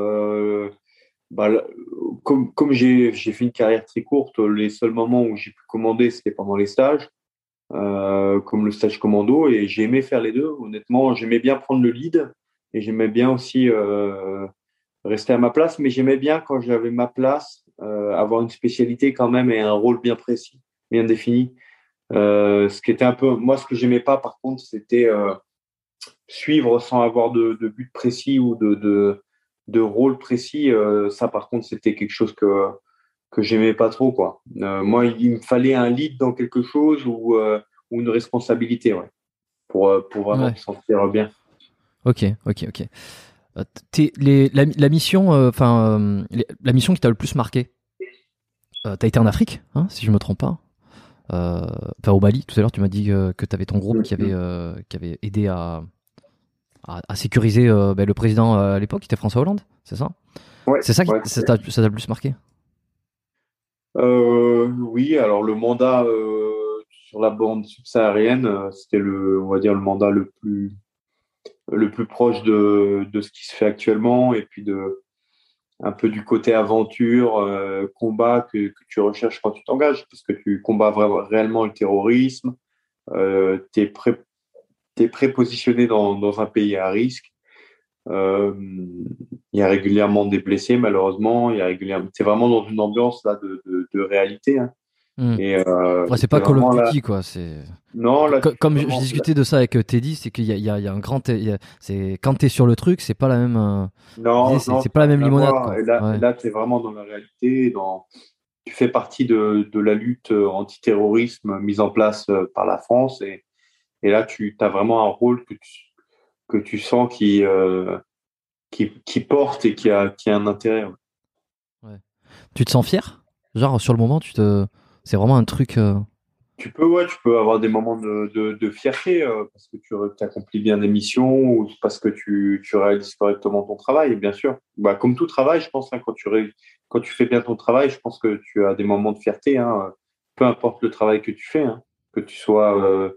Comme j'ai fait une carrière très courte, les seuls moments où j'ai pu commander, c'était pendant les stages, comme le stage commando, et j'ai aimé faire les deux. Honnêtement, j'aimais bien prendre le lead et j'aimais bien aussi rester à ma place, mais j'aimais bien quand j'avais ma place, avoir une spécialité quand même et un rôle bien précis, bien défini. Ce qui était un peu, moi, ce que j'aimais pas, par contre, c'était suivre sans avoir de but précis ou de rôle précis. Ça, par contre, c'était quelque chose que j'aimais pas trop, quoi. Moi, il me fallait un lead dans quelque chose ou une responsabilité, ouais, pour vraiment me sentir bien. Ok. La mission, la mission qui t'a le plus marqué, t'as été en Afrique, hein, si je me trompe pas. Au Mali, tout à l'heure, tu m'as dit que tu avais ton groupe qui avait aidé à sécuriser le président à l'époque, qui était François Hollande, c'est ça? Ouais, c'est ça qui ça t'a le plus marqué? Oui, alors le mandat sur la bande subsaharienne, c'était on va dire le mandat le plus proche de ce qui se fait actuellement et puis un peu du côté aventure, combat que tu recherches quand tu t'engages, parce que tu combats réellement le terrorisme, t'es prépositionné dans un pays à risque. Il y a régulièrement des blessés, malheureusement. T'es vraiment dans une ambiance là de réalité. Hein. Et c'est pas Call of Duty, quoi. Non, là, comme je discutais de ça avec Teddy, c'est qu'il y a un grand. C'est quand t'es sur le truc, c'est pas la même. C'est pas la même limonade. Quoi. Et là, t'es vraiment dans la réalité. Tu fais partie de la lutte antiterrorisme mise en place par la France. Et là, tu as vraiment un rôle que tu sens qui porte et qui a un intérêt. Ouais. Tu te sens fier? Genre, sur le moment, c'est vraiment un truc. Tu peux avoir des moments de fierté parce que tu accomplis bien des missions ou parce que tu réalises correctement ton travail, bien sûr. Comme tout travail, je pense, hein, quand tu fais bien ton travail, je pense que tu as des moments de fierté, hein, peu importe le travail que tu fais, hein, que tu sois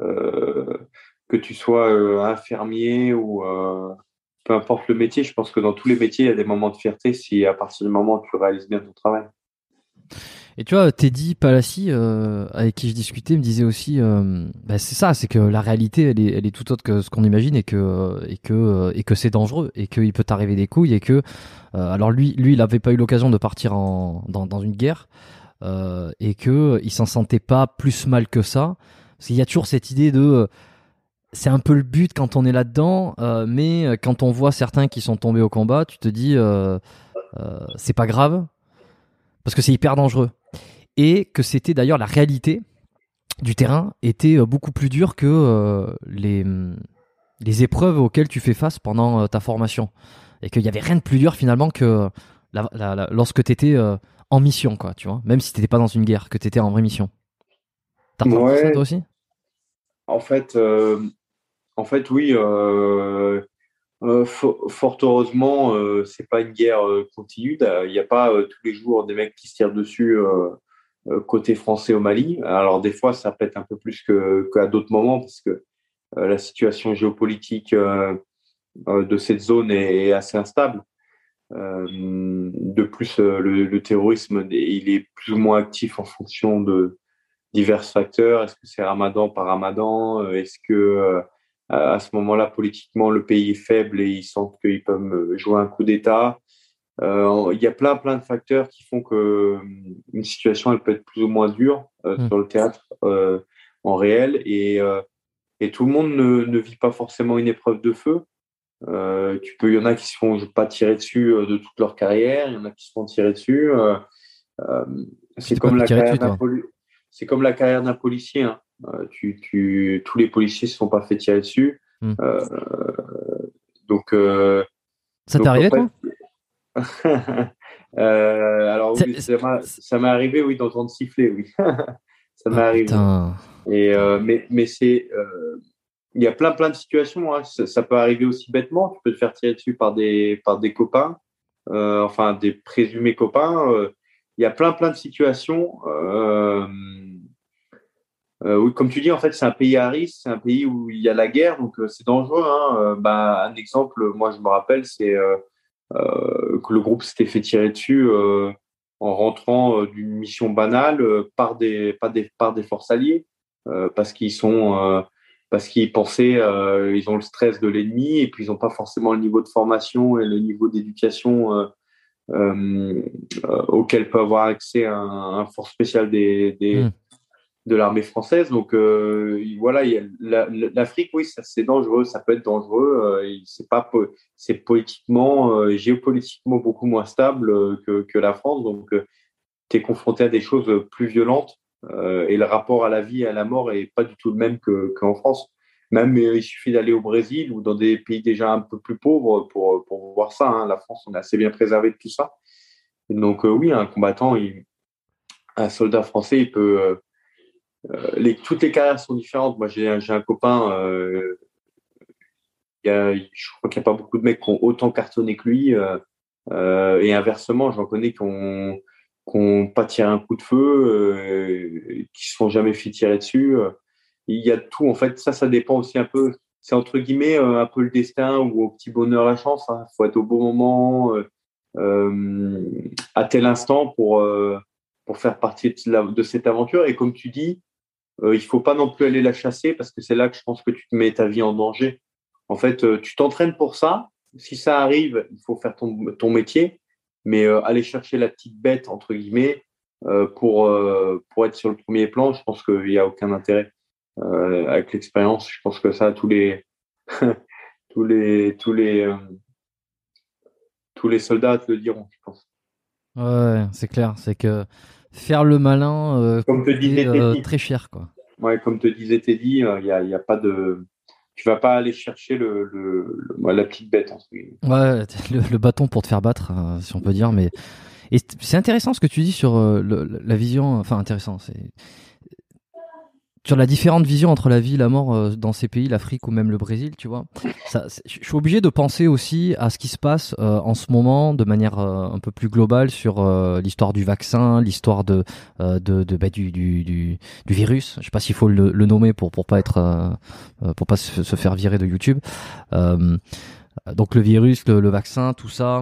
infirmier ou peu importe le métier. Je pense que dans tous les métiers, il y a des moments de fierté si à partir du moment où tu réalises bien ton travail. Et tu vois, Teddy Palassi, avec qui je discutais, me disait aussi, c'est ça, c'est que la réalité, elle est tout autre que ce qu'on imagine et que c'est dangereux et qu'il peut t'arriver des couilles et que, alors lui, il avait pas eu l'occasion de partir dans une guerre et que il s'en sentait pas plus mal que ça. Parce qu'il y a toujours cette idée de c'est un peu le but quand on est là-dedans, mais quand on voit certains qui sont tombés au combat, tu te dis c'est pas grave parce que c'est hyper dangereux et que c'était d'ailleurs la réalité du terrain était beaucoup plus dure que les épreuves auxquelles tu fais face pendant ta formation et qu'il y avait rien de plus dur finalement que lorsque tu étais en mission, quoi, tu vois, même si t'étais pas dans une guerre, que tu étais en vraie mission. T'as ressenti ça toi aussi? En fait, oui. Fort heureusement, c'est pas une guerre continue. Il n'y a pas tous les jours des mecs qui se tirent dessus côté français au Mali. Alors des fois, ça pète un peu plus qu'à d'autres moments parce que la situation géopolitique de cette zone est assez instable. De plus, le terrorisme, il est plus ou moins actif en fonction de divers facteurs. Est-ce que c'est Ramadan par Ramadan? Est-ce que à ce moment-là, politiquement, le pays est faible et ils sentent qu'ils peuvent jouer un coup d'État? Il y a plein de facteurs qui font que une situation, elle peut être plus ou moins dure sur le théâtre en réel et tout le monde ne vit pas forcément une épreuve de feu. Il y en a qui se font pas tirer dessus de toute leur carrière, il y en a qui se font tirer dessus. C'est comme la carrière c'est comme la carrière d'un policier. Hein. Tous les policiers se sont pas fait tirer dessus. Donc, ça t'est arrivé, toi? Alors oui, ça m'est arrivé, oui, d'entendre siffler, oui. Ça m'est arrivé. Putain. Et mais c'est il y a plein de situations. Hein. Ça peut arriver aussi bêtement. Tu peux te faire tirer dessus par des copains, enfin des présumés copains. Il y a plein de situations. Oui, comme tu dis, en fait, c'est un pays à risque, c'est un pays où il y a la guerre, donc c'est dangereux. Hein. Un exemple, moi je me rappelle, c'est que le groupe s'était fait tirer dessus en rentrant d'une mission banale par des forces alliées, parce qu'ils pensaient, ils ont le stress de l'ennemi et puis ils n'ont pas forcément le niveau de formation et le niveau d'éducation auquel peut avoir accès un force spécial de l'armée française. Donc voilà, l'Afrique, oui, c'est dangereux, ça peut être dangereux. C'est politiquement, géopolitiquement beaucoup moins stable que la France. Donc tu es confronté à des choses plus violentes et le rapport à la vie et à la mort est pas du tout le même qu'en France. Même il suffit d'aller au Brésil ou dans des pays déjà un peu plus pauvres pour voir ça. Hein. La France, on est assez bien préservé de tout ça. Et donc oui, un combattant, un soldat français, il peut toutes les carrières sont différentes. Moi, j'ai un copain, je crois qu'il n'y a pas beaucoup de mecs qui ont autant cartonné que lui. Et inversement, j'en connais qui ont pas tiré un coup de feu, qui se sont jamais fait tirer dessus. Il y a tout. En fait, ça dépend aussi un peu. C'est entre guillemets un peu le destin ou au petit bonheur la chance. Il faut être au bon moment, à tel instant pour faire partie de cette aventure. Et comme tu dis, il faut pas non plus aller la chasser parce que c'est là que je pense que tu te mets ta vie en danger. En fait, tu t'entraînes pour ça. Si ça arrive, il faut faire ton métier, mais aller chercher la petite bête entre guillemets pour être sur le premier plan, je pense qu'il y a aucun intérêt. Avec l'expérience, je pense que ça tous les tous les soldats te le diront, je pense. Ouais, c'est clair, c'est que faire le malin comme te disait Teddy, très cher, quoi. Ouais, comme te disait Teddy, il y a pas de, tu vas pas aller chercher la petite bête entre guillemets. Ouais, le bâton pour te faire battre, si on peut dire. Mais et c'est intéressant ce que tu dis sur la vision. Enfin, intéressant, c'est sur la différente vision entre la vie et la mort dans ces pays, l'Afrique ou même le Brésil, tu vois. Je suis obligé de penser aussi à ce qui se passe en ce moment de manière un peu plus globale sur l'histoire du vaccin, l'histoire du virus. Je sais pas s'il faut le nommer pour pas se faire virer de YouTube. Donc le virus, le vaccin, tout ça.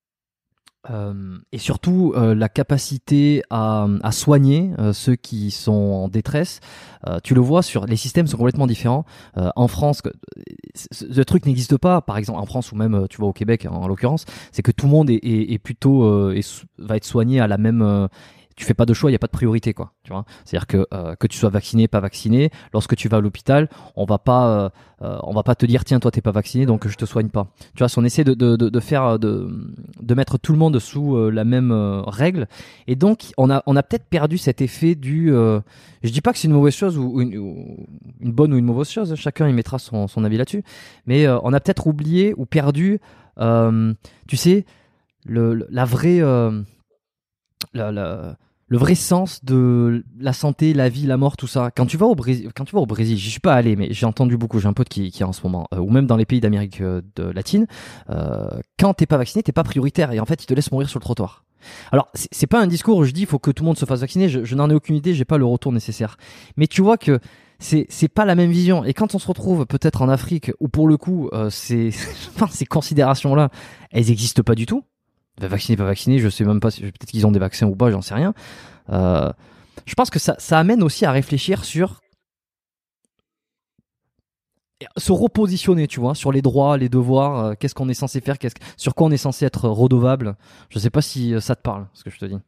Et surtout la capacité à soigner ceux qui sont en détresse. Tu le vois sur les systèmes sont complètement différents. En France, ce truc n'existe pas. Par exemple, en France ou même tu vois au Québec en l'occurrence, c'est que tout le monde est plutôt va être soigné à la même tu fais pas de choix, il y a pas de priorité, quoi. Tu vois, c'est-à-dire que tu sois vacciné, pas vacciné, lorsque tu vas à l'hôpital, on va pas te dire tiens toi t'es pas vacciné donc je te soigne pas. Tu vois, si on essaie de faire de mettre tout le monde sous la même règle, et donc on a peut-être perdu cet effet du je dis pas que c'est une mauvaise chose ou une bonne ou une mauvaise chose, chacun il mettra son avis là-dessus, mais on a peut-être oublié ou perdu tu sais la vraie le vrai sens de la santé, la vie, la mort, tout ça. Quand tu vas au Brésil, j'y suis pas allé, mais j'ai entendu beaucoup. J'ai un pote qui est en ce moment, ou même dans les pays d'Amérique latine. Quand t'es pas vacciné, t'es pas prioritaire, et en fait, ils te laissent mourir sur le trottoir. Alors, c'est pas un discours où je dis il faut que tout le monde se fasse vacciner. Je n'en ai aucune idée, j'ai pas le retour nécessaire. Mais tu vois que c'est pas la même vision. Et quand on se retrouve peut-être en Afrique, où pour le coup, ces considérations-là, elles existent pas du tout. Vacciné, pas vacciné, je sais même pas, peut-être qu'ils ont des vaccins ou pas, j'en sais rien. Je pense que ça amène aussi à réfléchir sur se repositionner, tu vois, sur les droits, les devoirs, qu'est-ce qu'on est censé faire, sur quoi on est censé être redevable. Je sais pas si ça te parle, ce que je te dis.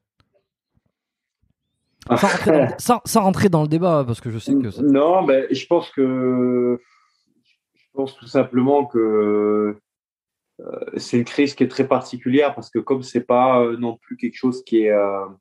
Sans rentrer dans le débat, parce que je sais que Non, ben, je pense tout simplement que c'est une crise qui est très particulière parce que comme c'est pas non plus quelque chose qui est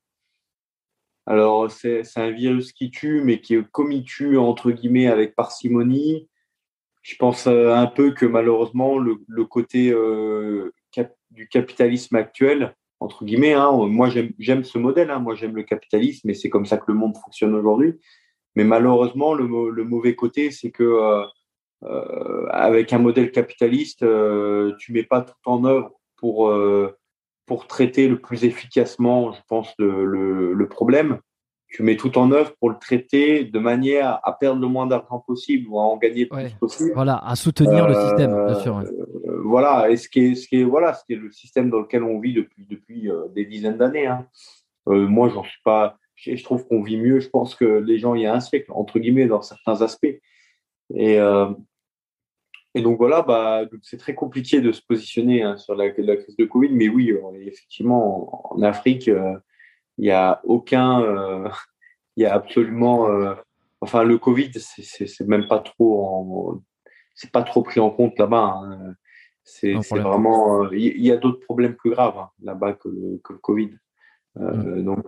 alors c'est un virus qui tue mais qui comme il tue entre guillemets avec parcimonie. Je pense un peu que malheureusement le côté du capitalisme actuel entre guillemets, hein, moi j'aime ce modèle, hein, moi j'aime le capitalisme et c'est comme ça que le monde fonctionne aujourd'hui, mais malheureusement le mauvais côté c'est que avec un modèle capitaliste, tu mets pas tout en œuvre pour traiter le plus efficacement, je pense, le problème. Tu mets tout en œuvre pour le traiter de manière à perdre le moins d'argent possible ou à en gagner le plus possible. Voilà, à soutenir le système, bien sûr. Ouais. Voilà, et ce qui est le système dans lequel on vit depuis des dizaines d'années. Hein. Moi, j'en suis pas. Je trouve qu'on vit mieux. Je pense que les gens il y a un siècle, entre guillemets, dans certains aspects. Et donc voilà, donc c'est très compliqué de se positionner hein, sur la crise de Covid, mais oui, effectivement, en Afrique, il y a aucun, il y a absolument, enfin le Covid, c'est même pas trop, c'est pas trop pris en compte là-bas. Hein. C'est vraiment, il y a d'autres problèmes plus graves hein, là-bas que le Covid. Donc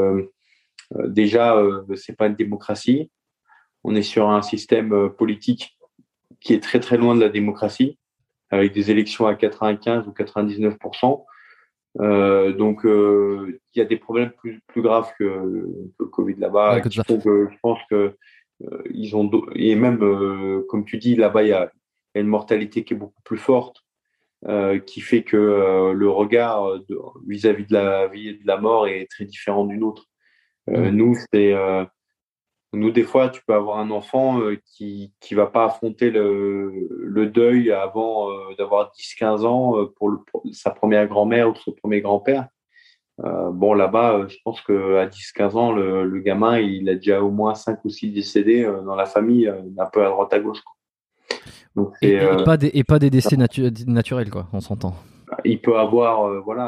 déjà, c'est pas une démocratie. On est sur un système politique qui est très très loin de la démocratie, avec des élections à 95 ou 99%. Donc, il y a des problèmes plus graves que le Covid là-bas. Ouais, Je pense que ils ont et même comme tu dis là-bas, il y a une mortalité qui est beaucoup plus forte, qui fait que le regard vis-à-vis de la vie et de la mort est très différent du nôtre. Nous, des fois, tu peux avoir un enfant qui va pas affronter le deuil avant d'avoir 10-15 ans pour sa première grand-mère ou son premier grand-père. Bon, là-bas, je pense qu'à 10-15 ans, le gamin, il a déjà au moins 5 ou 6 décédés dans la famille, un peu à droite à gauche. Quoi. Donc, et pas des décès naturels, quoi, on s'entend. Il peut avoir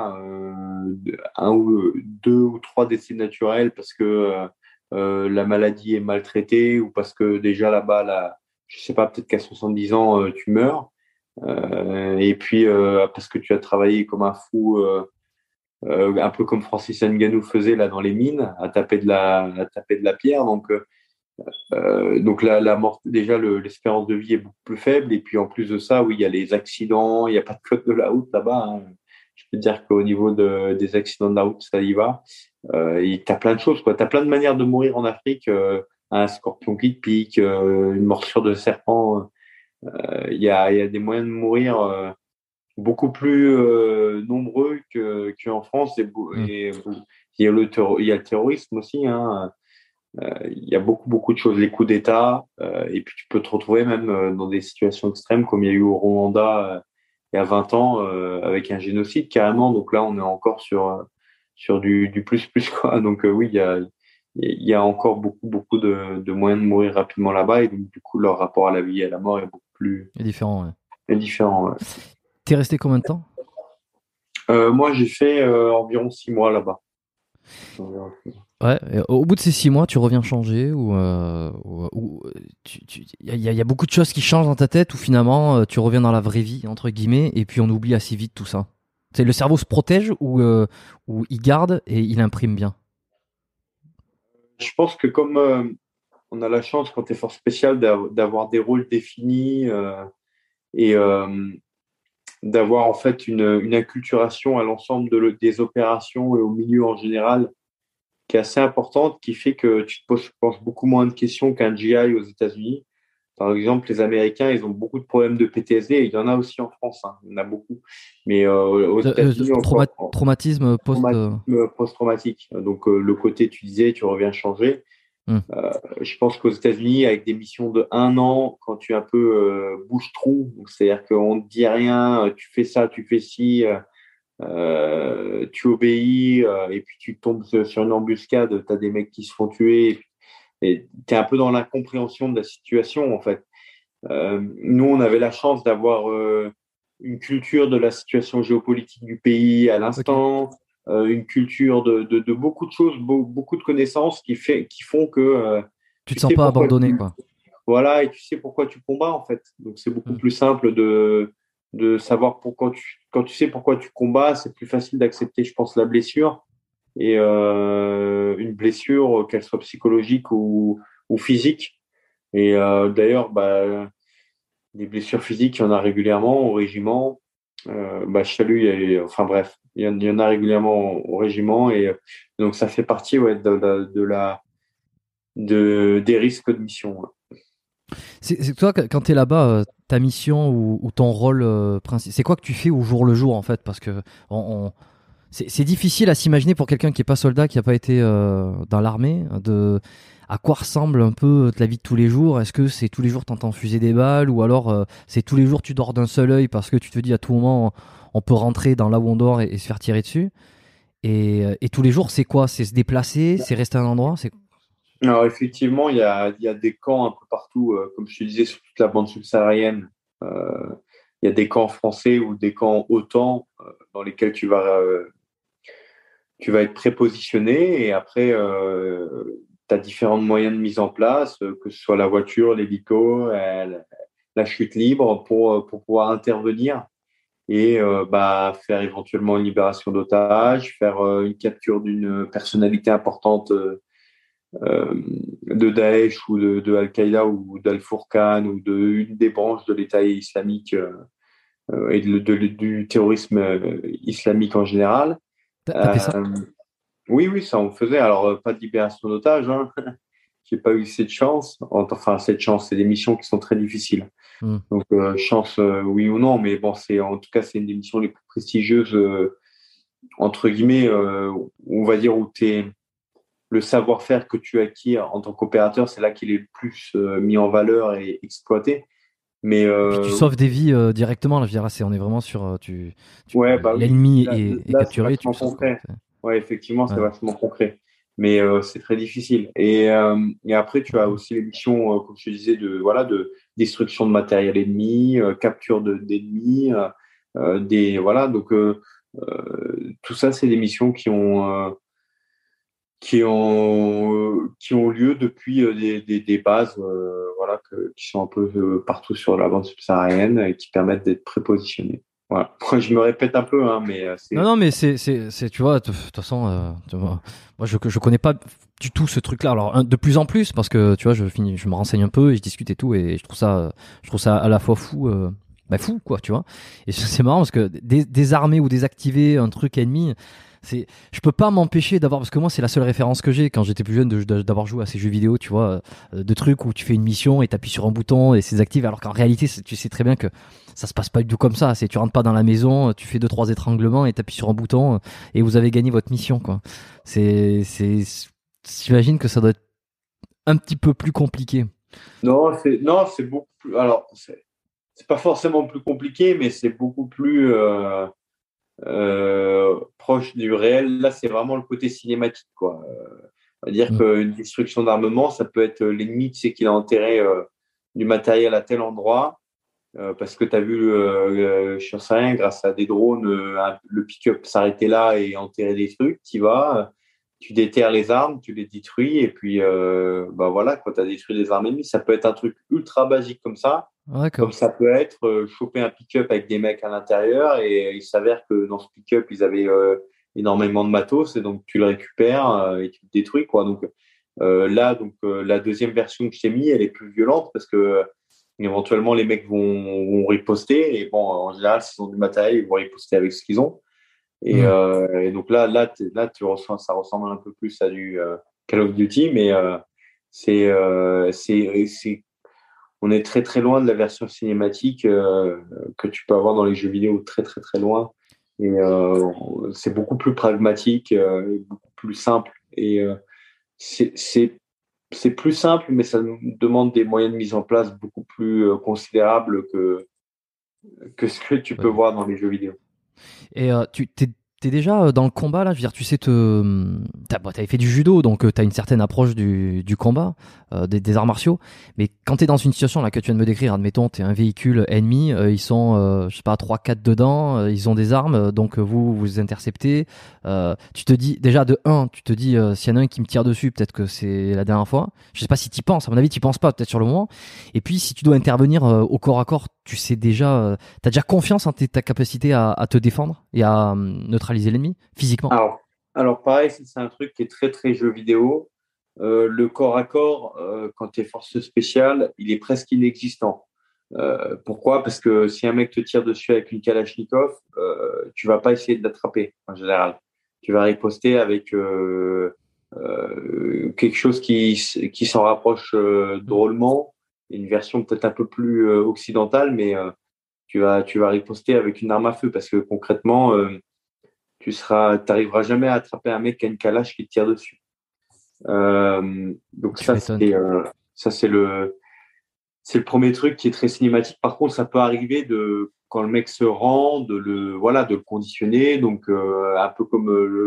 un ou deux ou trois décès naturels parce que la maladie est maltraitée ou parce que déjà là-bas, je sais pas, peut-être qu'à 70 ans, tu meurs. Et puis parce que tu as travaillé comme un fou, un peu comme Francis Ngannou faisait là dans les mines, à taper de la pierre. Donc la mort, déjà l'espérance de vie est beaucoup plus faible. Et puis en plus de ça, oui, il y a les accidents, il n'y a pas de code de la route là-bas. Hein. Je peux te dire qu'au niveau des accidents de la route, ça y va. Et t'as plein de choses, quoi. T'as plein de manières de mourir en Afrique. Un scorpion qui te pique, une morsure de serpent. Il y a des moyens de mourir beaucoup plus nombreux qu'en France. Et il y a le terrorisme aussi. Hein. Il y a beaucoup de choses, les coups d'État. Et puis tu peux te retrouver même dans des situations extrêmes comme il y a eu au Rwanda il y a 20 ans avec un génocide carrément. Donc là, on est encore sur du plus quoi. Donc oui, il y a encore beaucoup de moyens de mourir rapidement là-bas et donc du coup leur rapport à la vie et à la mort est beaucoup plus différent. Ouais. Est différent. Ouais. T'es resté combien de temps? Moi, j'ai fait environ 6 mois là-bas. Ouais, et au bout de ces 6 mois, tu reviens changer ou y a beaucoup de choses qui changent dans ta tête ou finalement tu reviens dans la vraie vie entre guillemets et puis on oublie assez vite tout ça. C'est le cerveau se protège ou il garde et il imprime bien. Je pense que comme on a la chance quand tu es force spéciale d'avoir des rôles définis et d'avoir en fait une acculturation à l'ensemble des opérations et au milieu en général qui est assez importante, qui fait que tu te poses, je pense, beaucoup moins de questions qu'un GI aux États-Unis. Par exemple, les Américains, ils ont beaucoup de problèmes de PTSD et il y en a aussi en France, hein. Il y en a beaucoup. Mais aux États-Unis, encore Traumatisme post. traumatisme post-traumatique. Donc, le côté, tu disais, tu reviens changer. Hmm. Je pense qu'aux États-Unis, avec des missions de 1 an, quand tu es un peu bouche-trou, c'est-à-dire qu'on ne te dit rien, tu fais ça, tu fais ci, tu obéis, et puis tu tombes sur une embuscade, tu as des mecs qui se font tuer, et tu es un peu dans l'incompréhension de la situation, en fait. Nous, on avait la chance d'avoir une culture de la situation géopolitique du pays à l'instant, okay. Une culture de beaucoup de choses, beaucoup de connaissances qui font que tu te sens pas abandonné, quoi. Voilà, et tu sais pourquoi tu combats, en fait. Donc, c'est beaucoup plus simple de savoir pourquoi quand tu sais pourquoi tu combats, c'est plus facile d'accepter, je pense, la blessure. Et une blessure, qu'elle soit psychologique ou physique. Et d'ailleurs, des blessures physiques, il y en a régulièrement au régiment. Je salue, enfin bref, il y en a régulièrement au régiment. Et donc, ça fait partie des risques de mission. Ouais. C'est toi, quand tu es là-bas, ta mission ou ton rôle principal, c'est quoi que tu fais au jour le jour, en fait? Parce que c'est difficile à s'imaginer pour quelqu'un qui n'est pas soldat, qui n'a pas été dans l'armée, à quoi ressemble un peu la vie de tous les jours. Est-ce que c'est tous les jours tu entends fuser des balles ou alors c'est tous les jours tu dors d'un seul œil parce que tu te dis à tout moment on peut rentrer dans là où on dort et se faire tirer dessus. Et tous les jours c'est quoi? C'est se déplacer, c'est rester à un endroit, c'est... Alors effectivement, il y a des camps un peu partout, comme je te disais, sur toute la bande subsaharienne. Il y a des camps français ou des camps OTAN dans lesquels tu vas être prépositionné et après, tu as différents moyens de mise en place, que ce soit la voiture, l'hélico, la chute libre pour pouvoir intervenir et faire éventuellement une libération d'otages, faire une capture d'une personnalité importante de Daesh ou de Al-Qaïda ou d'Al-Fourqan ou d'une des branches de l'État islamique et du terrorisme islamique en général. T'as fait ça? Oui, ça on faisait. Alors, pas de libération d'otages, hein. J'ai pas eu cette chance. Enfin, cette chance, c'est des missions qui sont très difficiles. Donc, chance, oui ou non, mais bon, en tout cas, c'est une des missions les plus prestigieuses, entre guillemets, on va dire, où le savoir-faire que tu acquiers en tant qu'opérateur, c'est là qu'il est le plus mis en valeur et exploité. Mais puis tu sauves des vies directement, là, je dirais, on est vraiment sur ouais, l'ennemi oui. est capturé, tu le sauves. Ouais, effectivement, c'est vachement concret. Mais c'est très difficile. Et après, tu as aussi les missions, comme je te disais, de destruction de matériel ennemi, capture d'ennemis, voilà. Donc tout ça, c'est des missions qui ont lieu depuis des bases qui sont un peu partout sur la bande subsaharienne et qui permettent d'être prépositionnés. Voilà. Je me répète un peu, hein, mais c'est... Non, mais c'est tu vois, de toute façon, moi je connais pas du tout ce truc-là. Alors de plus en plus parce que tu vois, je me renseigne un peu et je discute et tout et je trouve ça à la fois fou, fou quoi, tu vois. Et c'est marrant parce que désarmer ou désactiver un truc ennemi. Je peux pas m'empêcher d'avoir, parce que moi c'est la seule référence que j'ai quand j'étais plus jeune d'avoir joué à ces jeux vidéo, tu vois, de trucs où tu fais une mission et t'appuies sur un bouton et c'est désactivé, alors qu'en réalité tu sais très bien que ça se passe pas du tout comme ça. Tu rentres pas dans la maison, tu fais 2-3 étranglements et t'appuies sur un bouton et vous avez gagné votre mission, quoi. J'imagine que ça doit être un petit peu plus compliqué. Non, c'est beaucoup plus. Alors, c'est pas forcément plus compliqué, mais c'est beaucoup plus proche du réel. Là, c'est vraiment le côté cinématique, quoi. On va dire qu'une destruction d'armement, ça peut être l'ennemi, tu sais qu'il a enterré du matériel à tel endroit. Parce que tu as vu, je ne sais rien, grâce à des drones, le pick-up s'arrêter là et enterrer des trucs, tu y vas. tu déterres les armes, tu les détruis, et puis voilà, quand tu as détruit les armes ennemies, ça peut être un truc ultra basique comme ça. Comme D'accord. ça peut être choper un pick-up avec des mecs à l'intérieur, et il s'avère que dans ce pick-up, ils avaient énormément de matos, et donc tu le récupères et tu le détruis, quoi. Donc la deuxième version que je t'ai mis, elle est plus violente parce que éventuellement les mecs vont riposter, et bon, en général, s'ils ont du matériel, ils vont riposter avec ce qu'ils ont. Hmm. Et donc là, ça ressemble un peu plus à du Call of Duty, mais c'est on est très très loin de la version cinématique que tu peux avoir dans les jeux vidéo, très très très loin. Et c'est beaucoup plus pragmatique, et beaucoup plus simple. Et c'est c'est c'est plus simple, mais ça nous demande des moyens de mise en place beaucoup plus considérables que ce que tu peux Ouais. voir dans les jeux vidéo. Et t'es déjà dans le combat là, je veux dire, tu sais t'avais fait du judo, donc t'as une certaine approche du combat, des arts martiaux. Mais quand t'es dans une situation là que tu viens de me décrire, admettons, t'es un véhicule ennemi, ils sont, je sais pas, 3-4 dedans, ils ont des armes, donc vous interceptez. Tu te dis déjà de un, tu te dis s'il y en a un qui me tire dessus, peut-être que c'est la dernière fois. Je sais pas si t'y penses. À mon avis, t'y penses pas, peut-être sur le moment. Et puis si tu dois intervenir au corps à corps, tu sais déjà, t'as déjà confiance en ta capacité à te défendre et à neutraliser l'ennemi physiquement. Alors, alors pareil, c'est un truc qui est très très jeu vidéo. Le corps à corps, quand tu es force spéciale, il est presque inexistant. Pourquoi? Parce que si un mec te tire dessus avec une Kalachnikov, tu vas pas essayer de l'attraper en général. Tu vas riposter avec quelque chose qui s'en rapproche drôlement, une version peut-être un peu plus occidentale, mais tu vas riposter avec une arme à feu parce que concrètement, t'arriveras jamais à attraper un mec qui a une Kalach qui te tire dessus. Donc Tu m'étonnes. ça c'est le premier truc qui est très cinématique. Par contre, ça peut arriver de quand le mec se rend, de le conditionner. Donc un peu comme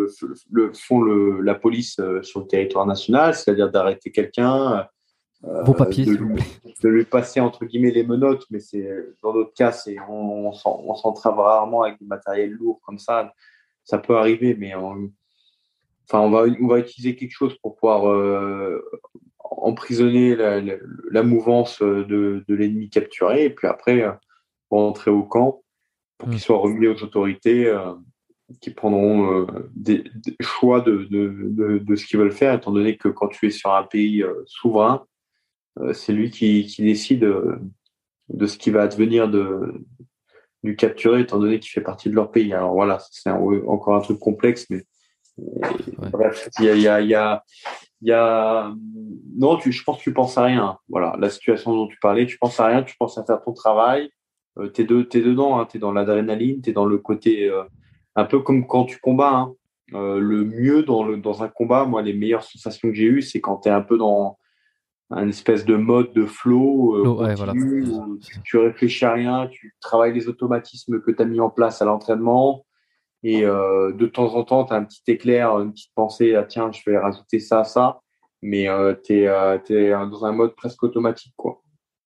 la police sur le territoire national, c'est-à-dire d'arrêter quelqu'un, Vos papiers, de s'il vous lui, plaît. de lui passer entre guillemets les menottes. Mais c'est dans d'autres cas, on s'entrave rarement avec du matériel lourd comme ça. Ça peut arriver, mais enfin, on va utiliser quelque chose pour pouvoir emprisonner la mouvance de l'ennemi capturé, et puis après, rentrer au camp pour Hmm. qu'il soit remis aux autorités qui prendront des choix de ce qu'ils veulent faire, étant donné que quand tu es sur un pays souverain, c'est lui qui décide de ce qui va advenir du capturé, étant donné qu'il fait partie de leur pays. Alors voilà, c'est encore un truc complexe, mais Ouais. bref, il y a non, je pense que tu penses à rien. Voilà, la situation dont tu parlais, tu penses à rien, tu penses à faire ton travail. T'es dedans, hein, t'es dans l'adrénaline, t'es dans le côté un peu comme quand tu combats, hein. Le mieux dans un combat, moi, les meilleures sensations que j'ai eues, c'est quand t'es un peu dans un espèce de mode de flow Ouais, voilà. continu, où tu réfléchis à rien, tu travailles les automatismes que tu as mis en place à l'entraînement. Et de temps en temps, tu as un petit éclair, une petite pensée, ah, tiens, je vais rajouter ça, ça. Mais tu es dans un mode presque automatique, quoi.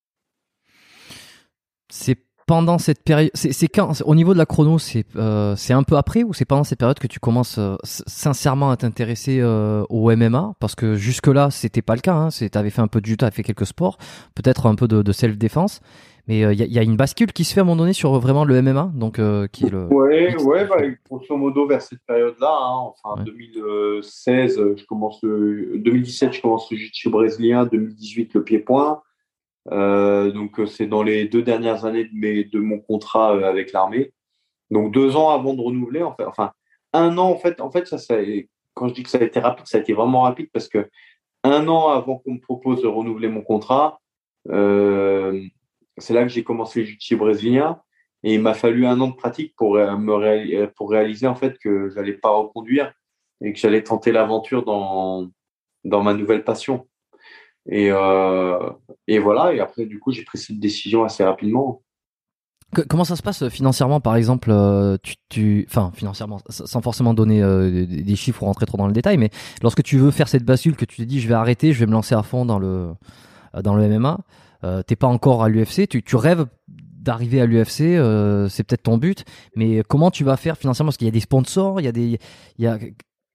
C'est pendant cette période, c'est quand, au niveau de la chrono, c'est un peu après ou c'est pendant cette période que tu commences sincèrement à t'intéresser au MMA, parce que jusque là c'était pas le cas, hein. T'avais fait un peu de judo, t'avais fait quelques sports, peut-être un peu de self-défense, mais il y a une bascule qui se fait à un moment donné sur vraiment le MMA, donc qui est le Ouais, mix. ouais, bah, grosso modo vers cette période-là, hein, enfin Ouais. 2016, 2017, je commence le jiu-jitsu brésilien, 2018 le pied-point. Donc c'est dans les 2 dernières années de mon contrat avec l'armée. Donc 2 ans avant de renouveler, en fait, enfin un an en fait quand je dis que ça a été rapide, ça a été vraiment rapide parce que un an avant qu'on me propose de renouveler mon contrat, euh, c'est là que j'ai commencé le jiu-jitsu brésilien, et il m'a fallu un an de pratique pour réaliser en fait que j'allais pas reconduire et que j'allais tenter l'aventure dans ma nouvelle passion. Et, euh, et voilà, et après du coup j'ai pris cette décision assez rapidement. Comment ça se passe financièrement, par exemple, enfin financièrement, sans forcément donner des chiffres ou rentrer trop dans le détail, mais lorsque tu veux faire cette bascule, que tu te dis je vais arrêter, je vais me lancer à fond dans le MMA, t'es pas encore à l'UFC, tu rêves d'arriver à l'UFC, c'est peut-être ton but, mais comment tu vas faire financièrement? Parce qu'il y a des sponsors, il y a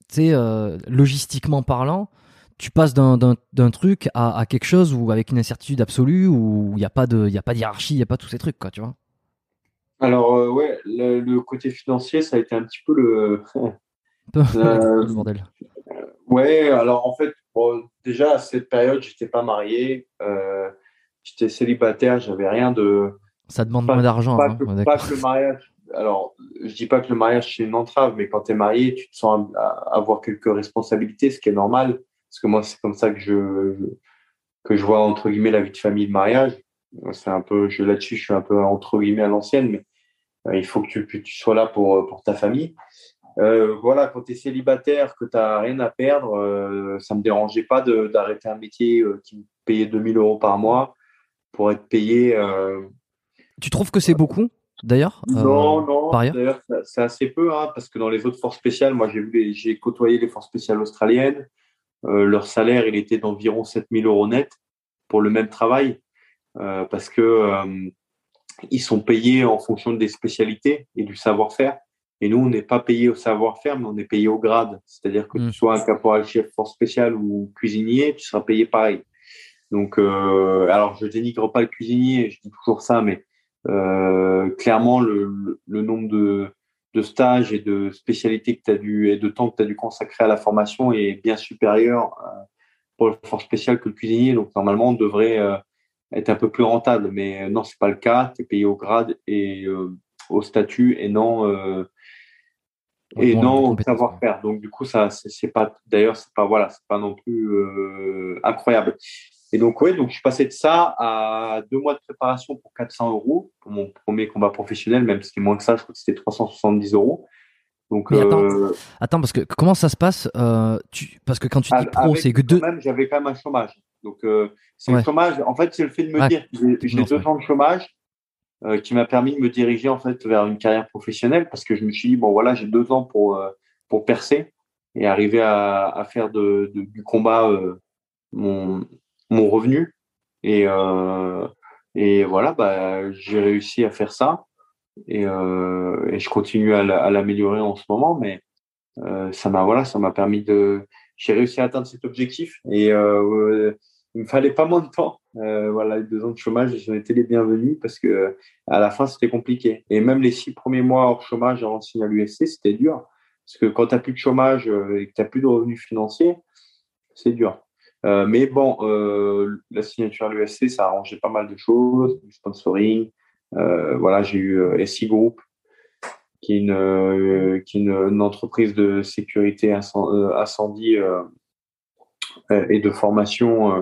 tu sais, logistiquement parlant, tu passes d'un truc à quelque chose où avec une incertitude absolue où il y a pas de hiérarchie, il y a pas tous ces trucs quoi, tu vois. Alors, ouais, le côté financier, ça a été un petit peu Un peu euh, le bordel. ouais, alors en fait, bon, déjà à cette période, j'étais pas marié, j'étais célibataire, j'avais rien de. Ça demande Pas, moins d'argent, hein, ouais, pas d'accord. que le mariage. Alors, je dis pas que le mariage c'est une entrave, mais quand tu es marié, tu te sens avoir quelques responsabilités, ce qui est normal. Parce que moi, c'est comme ça que je vois entre guillemets la vie de famille, de mariage. C'est un peu, là-dessus, je suis un peu entre guillemets à l'ancienne, mais il faut que tu sois là pour ta famille. Voilà, quand tu es célibataire, que tu n'as rien à perdre, ça me dérangeait pas d'arrêter un métier qui me payait 2 000 € par mois pour être payé. Tu trouves que c'est beaucoup d'ailleurs Non, par non, ailleurs? d'ailleurs, c'est assez peu, hein, parce que dans les autres forces spéciales, moi, j'ai côtoyé les forces spéciales australiennes. Leur salaire, il était d'environ 7 000 € net pour le même travail, parce que ils sont payés en fonction des spécialités et du savoir-faire. Et nous, on n'est pas payé au savoir-faire, mais on est payé au grade. C'est-à-dire que Hmm. tu sois un caporal-chef force spéciale ou cuisinier, tu seras payé pareil. Donc, alors, je dénigre pas le cuisinier, je dis toujours ça, mais clairement, le nombre de stages et de spécialités que tu as dû, et de temps que tu as dû consacrer à la formation est bien supérieur pour le force spécial que le cuisinier. Donc, normalement, on devrait être un peu plus rentable. Mais non, c'est pas le cas. Tu es payé au grade et au statut Ouais, et bon, nombre de non au compétences quoi. savoir-faire. Donc, du coup, ça, c'est pas, d'ailleurs, c'est pas, voilà, c'est pas non plus incroyable. Et donc, ouais, donc je suis passé de ça à 2 mois de préparation pour 400 € pour mon premier combat professionnel, même si c'était moins que ça, je crois que c'était 370 €. Donc, Mais attends parce que comment ça se passe parce que quand tu dis pro, avec c'est que quand deux. même, j'avais quand même un chômage. Donc, c'est le Ouais, chômage. En fait, c'est le fait de me ouais, dire que j'ai finance, ouais. 2 ans de chômage qui m'a permis de me diriger en fait vers une carrière professionnelle parce que je me suis dit, bon, voilà, j'ai 2 ans pour percer et arriver à faire du combat mon, mon revenu. Et, et voilà, bah, j'ai réussi à faire ça et je continue à l'améliorer en ce moment, mais ça m'a permis j'ai réussi à atteindre cet objectif et il me fallait pas moins de temps. Voilà, les 2 ans de chômage, ils ont été les bienvenus parce que à la fin, c'était compliqué. Et même les 6 premiers mois hors chômage avant de signer à l'UFC, c'était dur. Parce que quand tu n'as plus de chômage et que tu n'as plus de revenus financiers, c'est dur. Mais bon, la signature à l'UFC, ça a arrangé pas mal de choses, du sponsoring. Voilà, j'ai eu SI Group, qui est une entreprise de sécurité incendie et de formation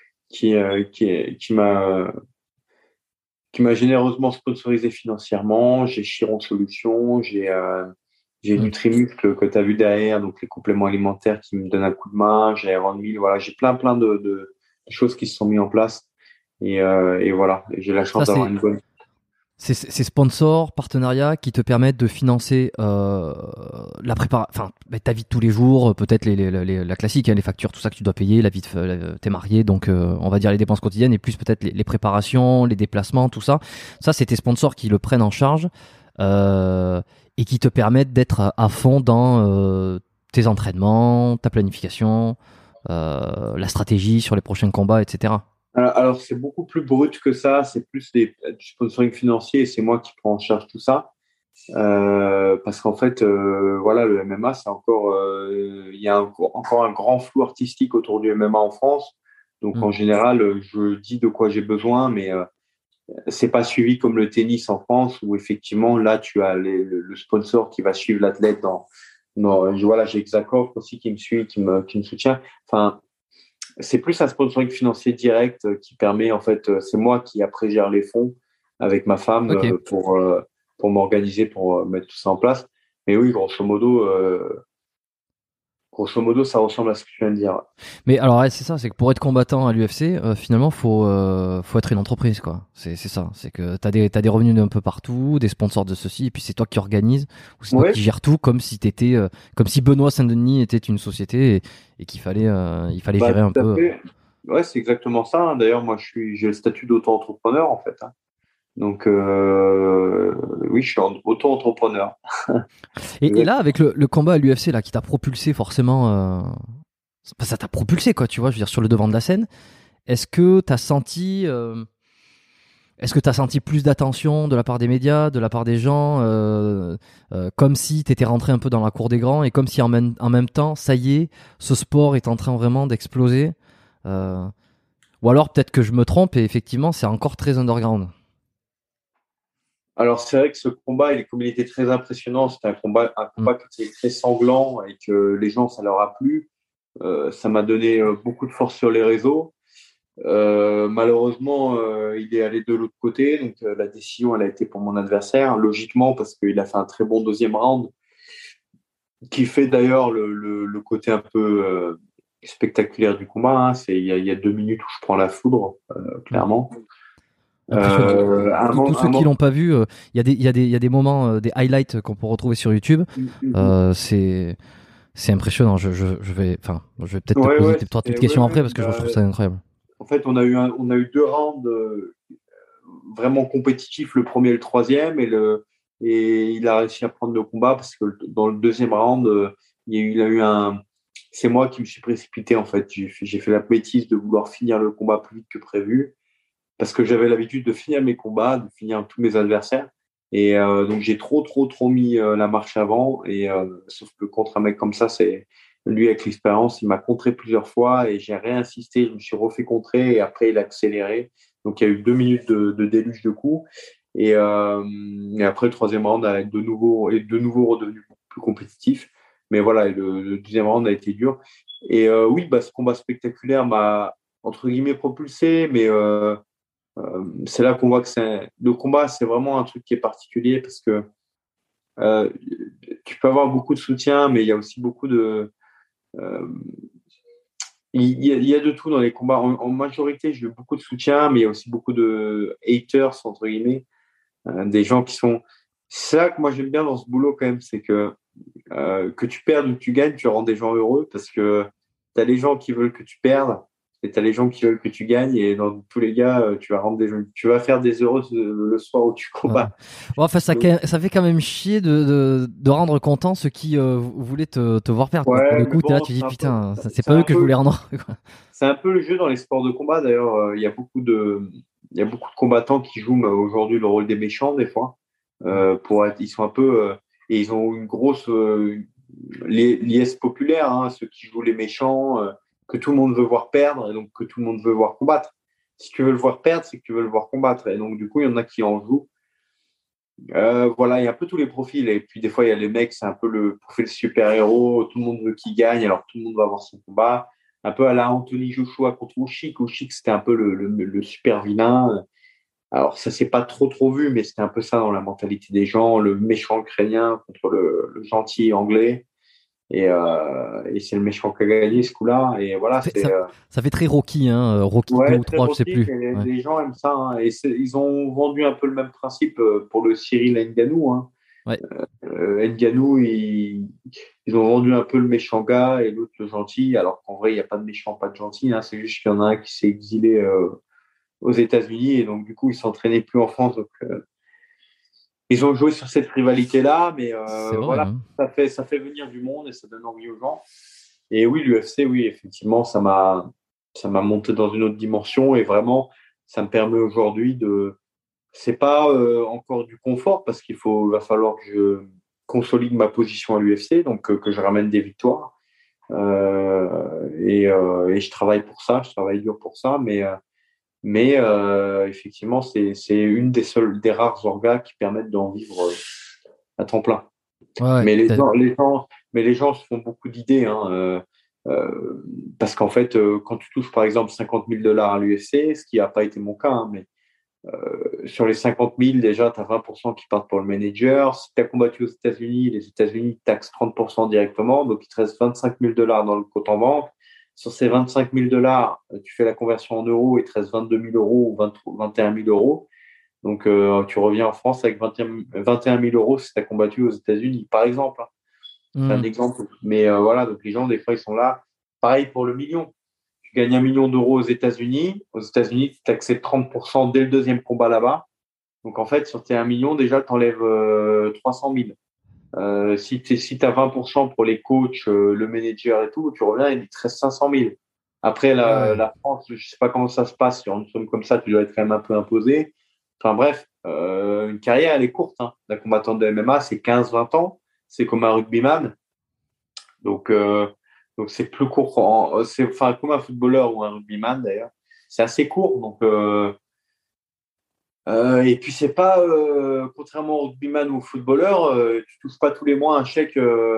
qui m'a généreusement sponsorisé financièrement. J'ai Chiron Solutions, j'ai Hmm. Nutrimuscle que tu as vu derrière, donc les compléments alimentaires qui me donnent un coup de main. J'ai Iron Mill, voilà, j'ai plein de choses qui se sont mises en place. Et voilà, et j'ai la Ça chance d'avoir une bonne. c'est ces sponsors, partenariats qui te permettent de financer la enfin ta vie de tous les jours, peut-être la classique, hein, les factures, tout ça que tu dois payer, la vie t'es marié, donc on va dire les dépenses quotidiennes et plus peut-être les préparations, les déplacements, tout ça. Ça, c'est tes sponsors qui le prennent en charge et qui te permettent d'être à fond dans tes entraînements, ta planification, la stratégie sur les prochains combats, etc. Alors, c'est beaucoup plus brut que ça. C'est plus du sponsoring financier et c'est moi qui prends en charge tout ça. Parce qu'en fait, voilà, le MMA, c'est encore, il y a encore un grand flou artistique autour du MMA en France. Donc, Hmm. en général, je dis de quoi j'ai besoin, mais c'est pas suivi comme le tennis en France où effectivement, là, tu as le sponsor qui va suivre l'athlète voilà, j'ai Xakov aussi qui me suit, qui me soutient. Enfin, c'est plus un sponsoring financier direct qui permet, en fait, c'est moi qui après gère les fonds avec ma femme Ok. pour m'organiser, pour mettre tout ça en place. Mais oui, grosso modo, ça ressemble à ce que tu viens de dire. Mais alors ouais, c'est ça, c'est que pour être combattant à l'UFC, finalement faut être une entreprise quoi. C'est ça, c'est que t'as des revenus d'un peu partout, des sponsors de ceci, et puis c'est toi qui organise ou c'est toi Ouais, qui gères tout comme si t'étais comme si Benoît Saint-Denis était une société et qu'il fallait il fallait bah, gérer un tout à peu. fait. Ouais, c'est exactement ça, hein. D'ailleurs, moi, j'ai le statut d'auto-entrepreneur, en fait, hein. Donc, oui, je suis auto-entrepreneur. Et là, avec le combat à l'UFC là, qui t'a propulsé forcément, ça t'a propulsé quoi, tu vois, je veux dire sur le devant de la scène. Est-ce que t'as senti, plus d'attention de la part des médias, de la part des gens, comme si t'étais rentré un peu dans la cour des grands et comme si en même temps, ça y est, ce sport est en train vraiment d'exploser. Ou alors peut-être que je me trompe et effectivement, c'est encore très underground. Alors, c'est vrai que ce combat, comme il était très impressionnant, c'était un combat qui était très sanglant et que les gens, ça leur a plu. Ça m'a donné beaucoup de force sur les réseaux. Malheureusement, il est allé de l'autre côté, donc la décision, elle a été pour mon adversaire, logiquement, parce qu'il a fait un très bon deuxième round, qui fait d'ailleurs le côté un peu spectaculaire du combat. Hein. Il y a 2 minutes où je prends la foudre, Mm. clairement. Impressionnant. Tous ceux qui Moment. l'ont pas vu, il y a des moments, des highlights qu'on peut retrouver sur YouTube. C'est impressionnant. Je vais peut-être te Ouais, poser ouais, tes trois petites ouais, questions ouais. après parce que je trouve ça incroyable. En fait, on a eu 2 rounds vraiment compétitifs, le premier et le troisième, et il a réussi à prendre le combat parce que dans le deuxième round, c'est moi qui me suis précipité en fait. J'ai fait la bêtise de vouloir finir le combat plus vite que prévu parce que j'avais l'habitude de finir mes combats, de finir tous mes adversaires. Et donc j'ai trop mis la marche avant. Et sauf que contre un mec comme ça, c'est lui avec l'expérience, il m'a contré plusieurs fois et j'ai réinsisté. Je me suis refait contrer et après il a accéléré. Donc il y a eu 2 minutes de déluge de coups. Et après le troisième round a de nouveau redevenu plus compétitif. Mais voilà, et le deuxième round a été dur. Et oui, bah, ce combat spectaculaire m'a entre guillemets propulsé, mais c'est là qu'on voit que le combat, c'est vraiment un truc qui est particulier parce que euh, tu peux avoir beaucoup de soutien, mais il y a aussi beaucoup de. euh, il y a de tout dans les combats. En majorité, j'ai eu beaucoup de soutien, mais il y a aussi beaucoup de haters, entre guillemets, des gens qui sont. C'est ça que moi j'aime bien dans ce boulot quand même, c'est que tu perdes ou que tu gagnes, tu rends des gens heureux parce que tu as les gens qui veulent que tu perdes et tu as les gens qui veulent que tu gagnes. Et dans tous les cas, tu vas faire des heureux le soir où tu Ouais. combats. Ouais, enfin, Donc, ça fait quand même chier de rendre content ceux qui voulaient te voir perdre, quoi. Pour le ouais, mais coup, t'es là, bon, tu dis putain, c'est c'est pas eux un que je peu, voulais rendre, quoi. c'est un peu le jeu dans les sports de combat. D'ailleurs, il y a beaucoup de combattants qui jouent aujourd'hui le rôle des méchants, des fois. Ils sont un peu. Et ils ont une grosse liesse populaire, hein, ceux qui jouent les méchants, que tout le monde veut voir perdre et donc que tout le monde veut voir combattre. Si tu veux le voir perdre, c'est que tu veux le voir combattre. Et donc, du coup, il y en a qui en jouent. Voilà, il y a un peu tous les profils. Et puis, des fois, il y a les mecs, c'est un peu le profil super-héros. Tout le monde veut qu'il gagne, alors tout le monde va avoir son combat. Un peu à la Anthony Joshua contre Usyk. Usyk, c'était un peu le super vilain. Alors, ça s'est pas trop vu, mais c'était un peu ça dans la mentalité des gens. Le méchant ukrainien contre le gentil anglais. Et c'est le méchant qui a gagné ce coup-là. Et Ça voilà, fait, ça, ça fait très Rocky, hein, Rocky 2 ouais, ou très 3, je sais érotique. plus. Et Ouais. les gens aiment ça. Hein. Et ils ont vendu un peu le même principe pour le Cyril Ngannou. Hein. Ouais. Ngannou, ils ont vendu un peu le méchant gars et l'autre le gentil, alors qu'en vrai, il n'y a pas de méchant, pas de gentil. Hein. C'est juste qu'il y en a un qui s'est exilé aux États-Unis et donc, du coup, il s'entraînait plus en France. Donc, ils ont joué sur cette rivalité-là, mais C'est vrai, voilà, hein. ça fait venir du monde et ça donne envie aux gens. Et oui, l'UFC, oui, effectivement, ça m'a monté dans une autre dimension et vraiment, ça me permet aujourd'hui de. C'est pas encore du confort parce va falloir que je consolide ma position à l'UFC, donc que je ramène des victoires. Et je travaille pour ça, je travaille dur pour ça, mais effectivement, c'est une des rares orgas qui permettent d'en vivre à temps plein. Ouais, ouais. Mais les gens se font beaucoup d'idées, hein, parce qu'en fait, quand tu touches par exemple 50 000 $ à l'UFC, ce qui n'a pas été mon cas, hein, mais sur les 50 000, déjà, tu as 20% qui partent pour le manager. Si tu as combattu aux États-Unis, les États-Unis taxent 30% directement, donc il te reste 25 000 $ dans le compte en banque. Sur ces 25 000 $, tu fais la conversion en euros, il te reste 22 000 euros ou 21 000 euros. Donc, tu reviens en France avec 21 000 euros si tu as combattu aux États-Unis, par exemple. Hein. C'est un Hmm. exemple. Mais voilà, donc les gens, des fois, ils sont là. Pareil pour le million. Tu gagnes 1 million d'euros aux États-Unis. Aux États-Unis, tu accèdes 30% dès le deuxième combat là-bas. Donc, en fait, sur tes 1 million, déjà, tu enlèves 300 000. Si tu as 20% pour les coachs, le manager et tout, tu reviens et il te reste 500 000. Après, Ah ouais. la France, je sais pas comment ça se passe. Sur une somme comme ça, tu dois être quand même un peu imposé. Enfin bref, une carrière, elle est courte. Hein. La combattante de MMA, c'est 15-20 ans. C'est comme un rugbyman. Donc, c'est plus court. C'est enfin, comme un footballeur ou un rugbyman, d'ailleurs. C'est assez court. Donc, et puis, c'est pas, contrairement au rugbyman ou au footballeur, tu touches pas tous les mois un chèque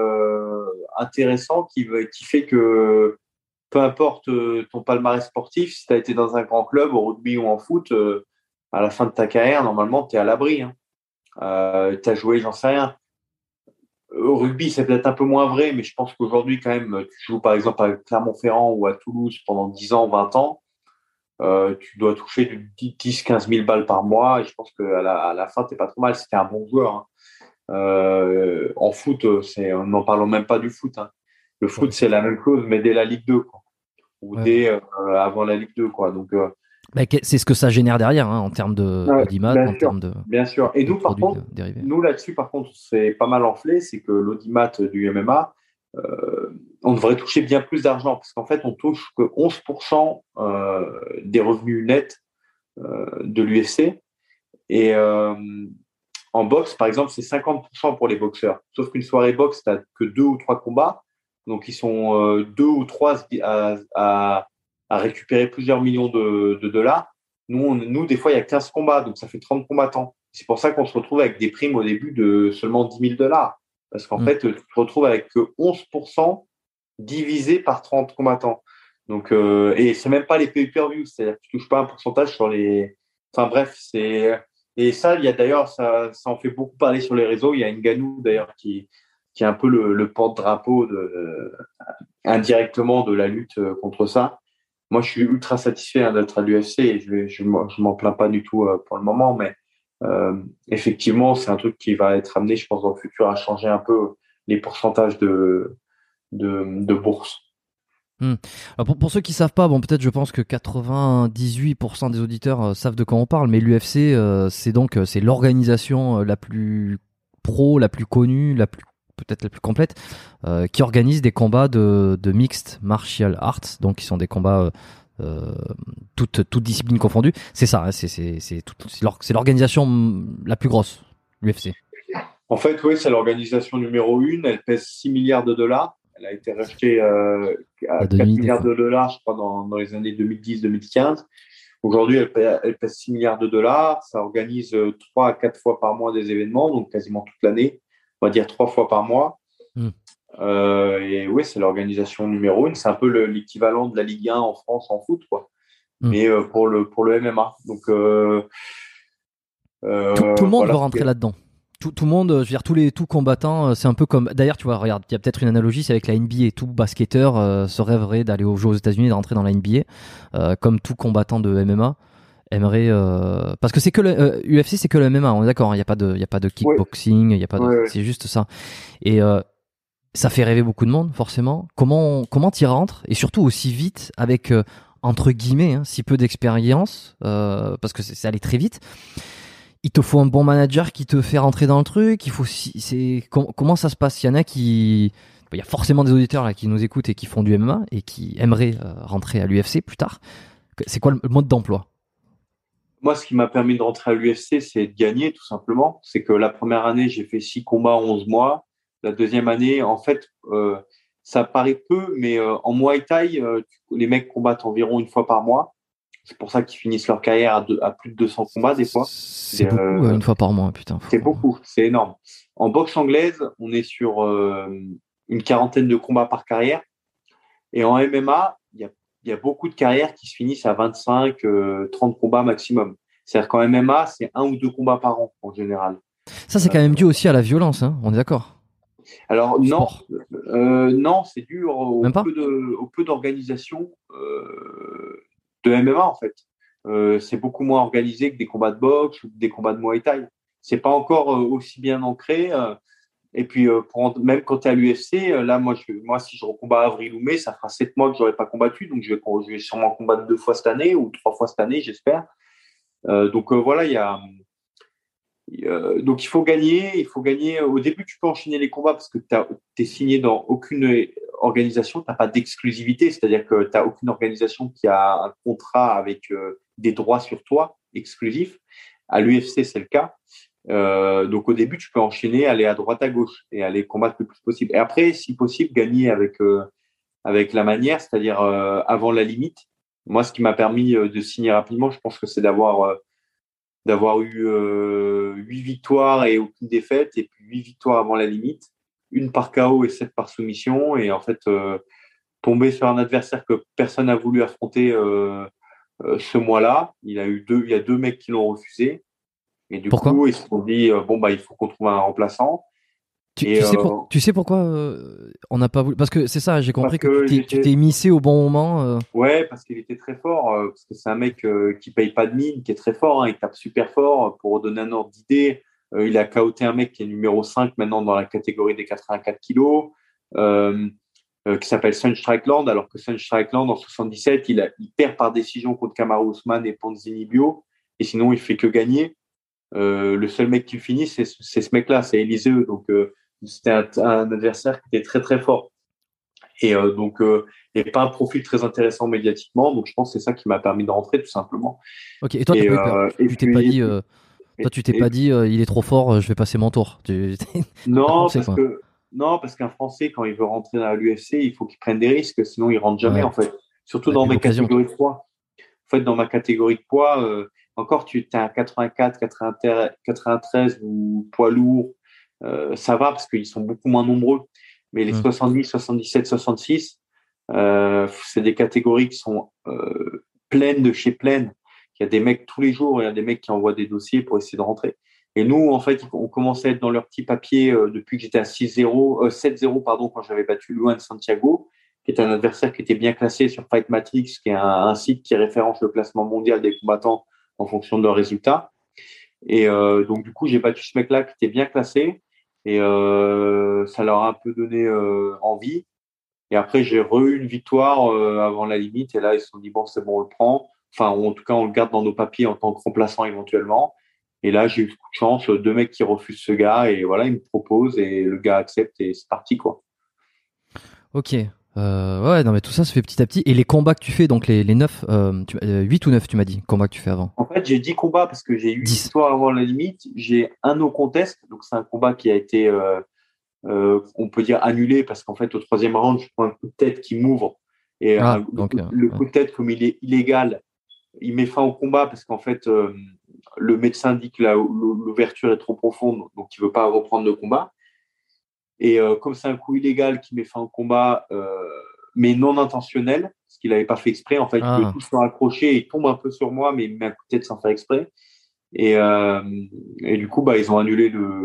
intéressant qui fait que peu importe ton palmarès sportif, si tu as été dans un grand club, au rugby ou en foot, à la fin de ta carrière, normalement, tu es à l'abri. Hein. Tu as joué, j'en sais rien. Au rugby, c'est peut-être un peu moins vrai, mais je pense qu'aujourd'hui, quand même, tu joues par exemple à Clermont-Ferrand ou à Toulouse pendant 10 ans, 20 ans, tu dois toucher du 10-15 000 balles par mois, et je pense qu'à la fin, tu n'es pas trop mal si tu es un bon joueur. Hein. En foot, n'en parlons même pas du foot. Hein. Le Ouais, foot, c'est c'est la clair. même chose, mais dès la Ligue 2, quoi. Ou Ouais, ouais. dès avant la Ligue 2, quoi. Donc, Bah, c'est ce que ça génère derrière, hein, en termes de ouais, audimat, bien en sûr, termes bien sûr. Et de nous, par produits contre, dérivés. nous là-dessus, par contre, c'est pas mal enflé, c'est que l'audimat du MMA, on devrait toucher bien plus d'argent, parce qu'en fait, on touche que 11% des revenus nets de l'UFC. Et en boxe, par exemple, c'est 50% pour les boxeurs. Sauf qu'une soirée boxe, tu n'as que 2 ou 3 combats. Donc, ils sont 2 ou 3 à récupérer plusieurs millions de dollars. Nous, des fois, il y a 15 combats. Donc, ça fait 30 combattants. C'est pour ça qu'on se retrouve avec des primes au début de seulement 10 000 dollars. Parce qu'en Hmm. fait, tu te retrouves avec que 11% divisé par 30 combattants. Donc, et c'est même pas les pay-per-view. C'est-à-dire que tu touches pas un pourcentage sur les. Enfin, bref, c'est. Et ça, il y a d'ailleurs, ça en fait beaucoup parler sur les réseaux. Il y a Ngannou d'ailleurs qui est un peu le porte-drapeau indirectement de la lutte contre ça. Moi, je suis ultra satisfait d'être à l'UFC et je m'en plains pas du tout pour le moment, mais effectivement, c'est un truc qui va être amené, je pense, dans le futur à changer un peu les pourcentages de bourse. Hmm. Alors pour ceux qui savent pas, bon peut-être je pense que 98% des auditeurs savent de quoi on parle, mais l'UFC c'est donc c'est l'organisation la plus pro, la plus connue, la plus peut-être la plus complète, qui organise des combats de mixed martial arts, donc qui sont des combats toutes disciplines confondues. C'est ça, hein, c'est l'organisation la plus grosse, l'UFC. En fait, oui, c'est l'organisation numéro 1. Elle pèse 6 milliards de dollars. Elle a été rachetée Ça à donne une 4 idée milliards quoi. de dollars, je crois, dans les années 2010-2015. Aujourd'hui, elle pèse 6 milliards de dollars. Ça organise 3 à 4 fois par mois des événements, donc quasiment toute l'année. On va dire 3 fois par mois. Hmm. Et oui, c'est l'organisation numéro 1. C'est un peu l'équivalent de la Ligue 1 en France en foot, quoi. Hmm. Mais pour le MMA. Donc, Tout le monde voilà. veut rentrer là-dedans. Tout le monde, je veux dire, tout combattant, c'est un peu comme. D'ailleurs, tu vois, regarde, il y a peut-être une analogie, c'est avec la NBA. Tout basketteur se rêverait d'aller jouer aux États-Unis et de rentrer dans la NBA, comme tout combattant de MMA aimerait. Parce que c'est que le UFC, c'est que le MMA. On est d'accord. Il n'y a pas de, il y a pas de Oui, kickboxing, il y a pas de. oui, oui. C'est juste ça. Et ça fait rêver beaucoup de monde, forcément. Comment t'y rentres et surtout aussi vite avec entre guillemets, hein, si peu d'expérience, parce que c'est allé très vite. Il te faut un bon manager qui te fait rentrer dans le truc. Il faut comment ça se passe? Il y en a qui, il y a forcément des auditeurs là qui nous écoutent et qui font du MMA et qui aimeraient rentrer à l'UFC plus tard. C'est quoi le mode d'emploi? Moi, ce qui m'a permis de rentrer à l'UFC, c'est de gagner, tout simplement. C'est que la première année, j'ai fait 6 combats en 11 mois. La deuxième année, en fait, ça paraît peu, mais en Muay Thai, les mecs combattent environ une fois par mois. C'est pour ça qu'ils finissent leur carrière à plus de 200 combats, des fois. C'est beaucoup une fois par mois, putain. C'est beaucoup, c'est énorme. En boxe anglaise, on est sur une quarantaine de combats par carrière. Et en MMA, il y a beaucoup de carrières qui se finissent à 25, 30 combats maximum. C'est-à-dire qu'en MMA, c'est 1 ou 2 combats par an en général. Ça, c'est quand même dû aussi à la violence, hein, on est d'accord. Alors Du non, sport. non, c'est dû Même pas? au peu d'organisation de MMA en fait. C'est beaucoup moins organisé que des combats de boxe ou des combats de Muay Thai. C'est pas encore aussi bien ancré. Et puis, même quand tu es à l'UFC, là, moi, si je recombats avril ou mai, ça fera 7 mois que je n'aurai pas combattu. Donc, je vais sûrement combattre 2 fois cette année ou 3 fois cette année, j'espère. Donc, voilà, Donc, il faut gagner. Il faut gagner. Au début, tu peux enchaîner les combats parce que tu es signé dans aucune organisation. Tu n'as pas d'exclusivité, c'est-à-dire que tu n'as aucune organisation qui a un contrat avec des droits sur toi exclusifs. À l'UFC, c'est le cas. Donc, au début, tu peux enchaîner, aller à droite, à gauche et aller combattre le plus possible. Et après, si possible, gagner avec la manière, c'est-à-dire avant la limite. Moi, ce qui m'a permis de signer rapidement, je pense que c'est d'avoir eu 8 victoires et aucune défaite, et puis 8 victoires avant la limite, une par KO et 7 par soumission, et en fait tomber sur un adversaire que personne n'a voulu affronter ce mois-là. Il y a deux mecs qui l'ont refusé, et du Pourquoi? coup ils se sont dit bon bah il faut qu'on trouve un remplaçant. Et Tu sais pourquoi on n'a pas voulu? Parce que c'est ça, j'ai parce compris que que tu t'es émissé au bon moment. ouais, parce qu'il était très fort, parce que c'est un mec qui paye pas de mine, qui est très fort, hein, il tape super fort. Pour donner un ordre d'idée, il a KOté un mec qui est numéro 5 maintenant dans la catégorie des 84 kilos, euh, qui s'appelle Sun Strickland, alors que Sun Strickland, en 77, il perd par décision contre Kamaru Usman et Ponzinibbio, et sinon, il fait que gagner. Le seul mec qui finit, c'est ce mec-là, c'est Eliseu. Donc, c'était un adversaire qui était très, très fort. Et il n'y pas un profil très intéressant médiatiquement. Donc, je pense que c'est ça qui m'a permis de rentrer, tout simplement. Ok, et toi, t'as pas eu peur? Tu t'es pas dit, il est trop fort, je vais passer mon tour. T'as non, foncé, quoi. parce qu'un Français, quand il veut rentrer dans l'UFC, il faut qu'il prenne des risques, sinon il rentre jamais, Ouais, en fait. Surtout t'as dans eu mes l'occasion. catégories de poids. En fait, dans ma catégorie de poids, encore, tu es à 84, 93 ou poids lourd, ça va parce qu'ils sont beaucoup moins nombreux. Mais les Hmm. 70, 77, 66, c'est des catégories qui sont pleines de chez pleines. Il y a des mecs tous les jours, il y a des mecs qui envoient des dossiers pour essayer de rentrer. Et nous, en fait, on commençait à être dans leur petit papier depuis que j'étais à 6-0, 7-0, pardon, quand j'avais battu Luan Santiago, qui est un adversaire qui était bien classé sur Fight Matrix, qui est un site qui référence le classement mondial des combattants en fonction de leurs résultats. Et donc, du coup, j'ai battu ce mec-là qui était bien classé. Et ça leur a un peu donné envie. Et après, j'ai eu une victoire avant la limite. Et là, ils se sont dit, bon, c'est bon, on le prend. Enfin, en tout cas, on le garde dans nos papiers en tant que remplaçant éventuellement. Et là, j'ai eu beaucoup de chance. Deux mecs qui refusent ce gars. Et voilà, ils me proposent. Et le gars accepte. Et c'est parti, quoi. Ok. Ouais, non, mais tout ça se fait petit à petit. Et les combats que tu fais, donc les 9, 8 ou 9, tu m'as dit, combats que tu fais avant. En fait, j'ai 10 combats parce que j'ai eu une 10. victoire avant la limite. J'ai un no contest. Donc, c'est un combat qui a été, on peut dire, annulé parce qu'en fait, au troisième round, je prends un coup de tête qui m'ouvre. Et Ah, donc, le ouais. coup de tête, comme il est illégal, il met fin au combat parce qu'en fait, le médecin dit que l'ouverture est trop profonde, donc il ne veut pas reprendre le combat. Et comme c'est un coup illégal qui met fin au combat, mais non intentionnel, parce qu'il n'avait pas fait exprès, en fait, le Ah, touche sur accroché, il tombe un peu sur moi, mais il met un coup de tête sans faire exprès. Et, euh, et du coup, bah, ils ont annulé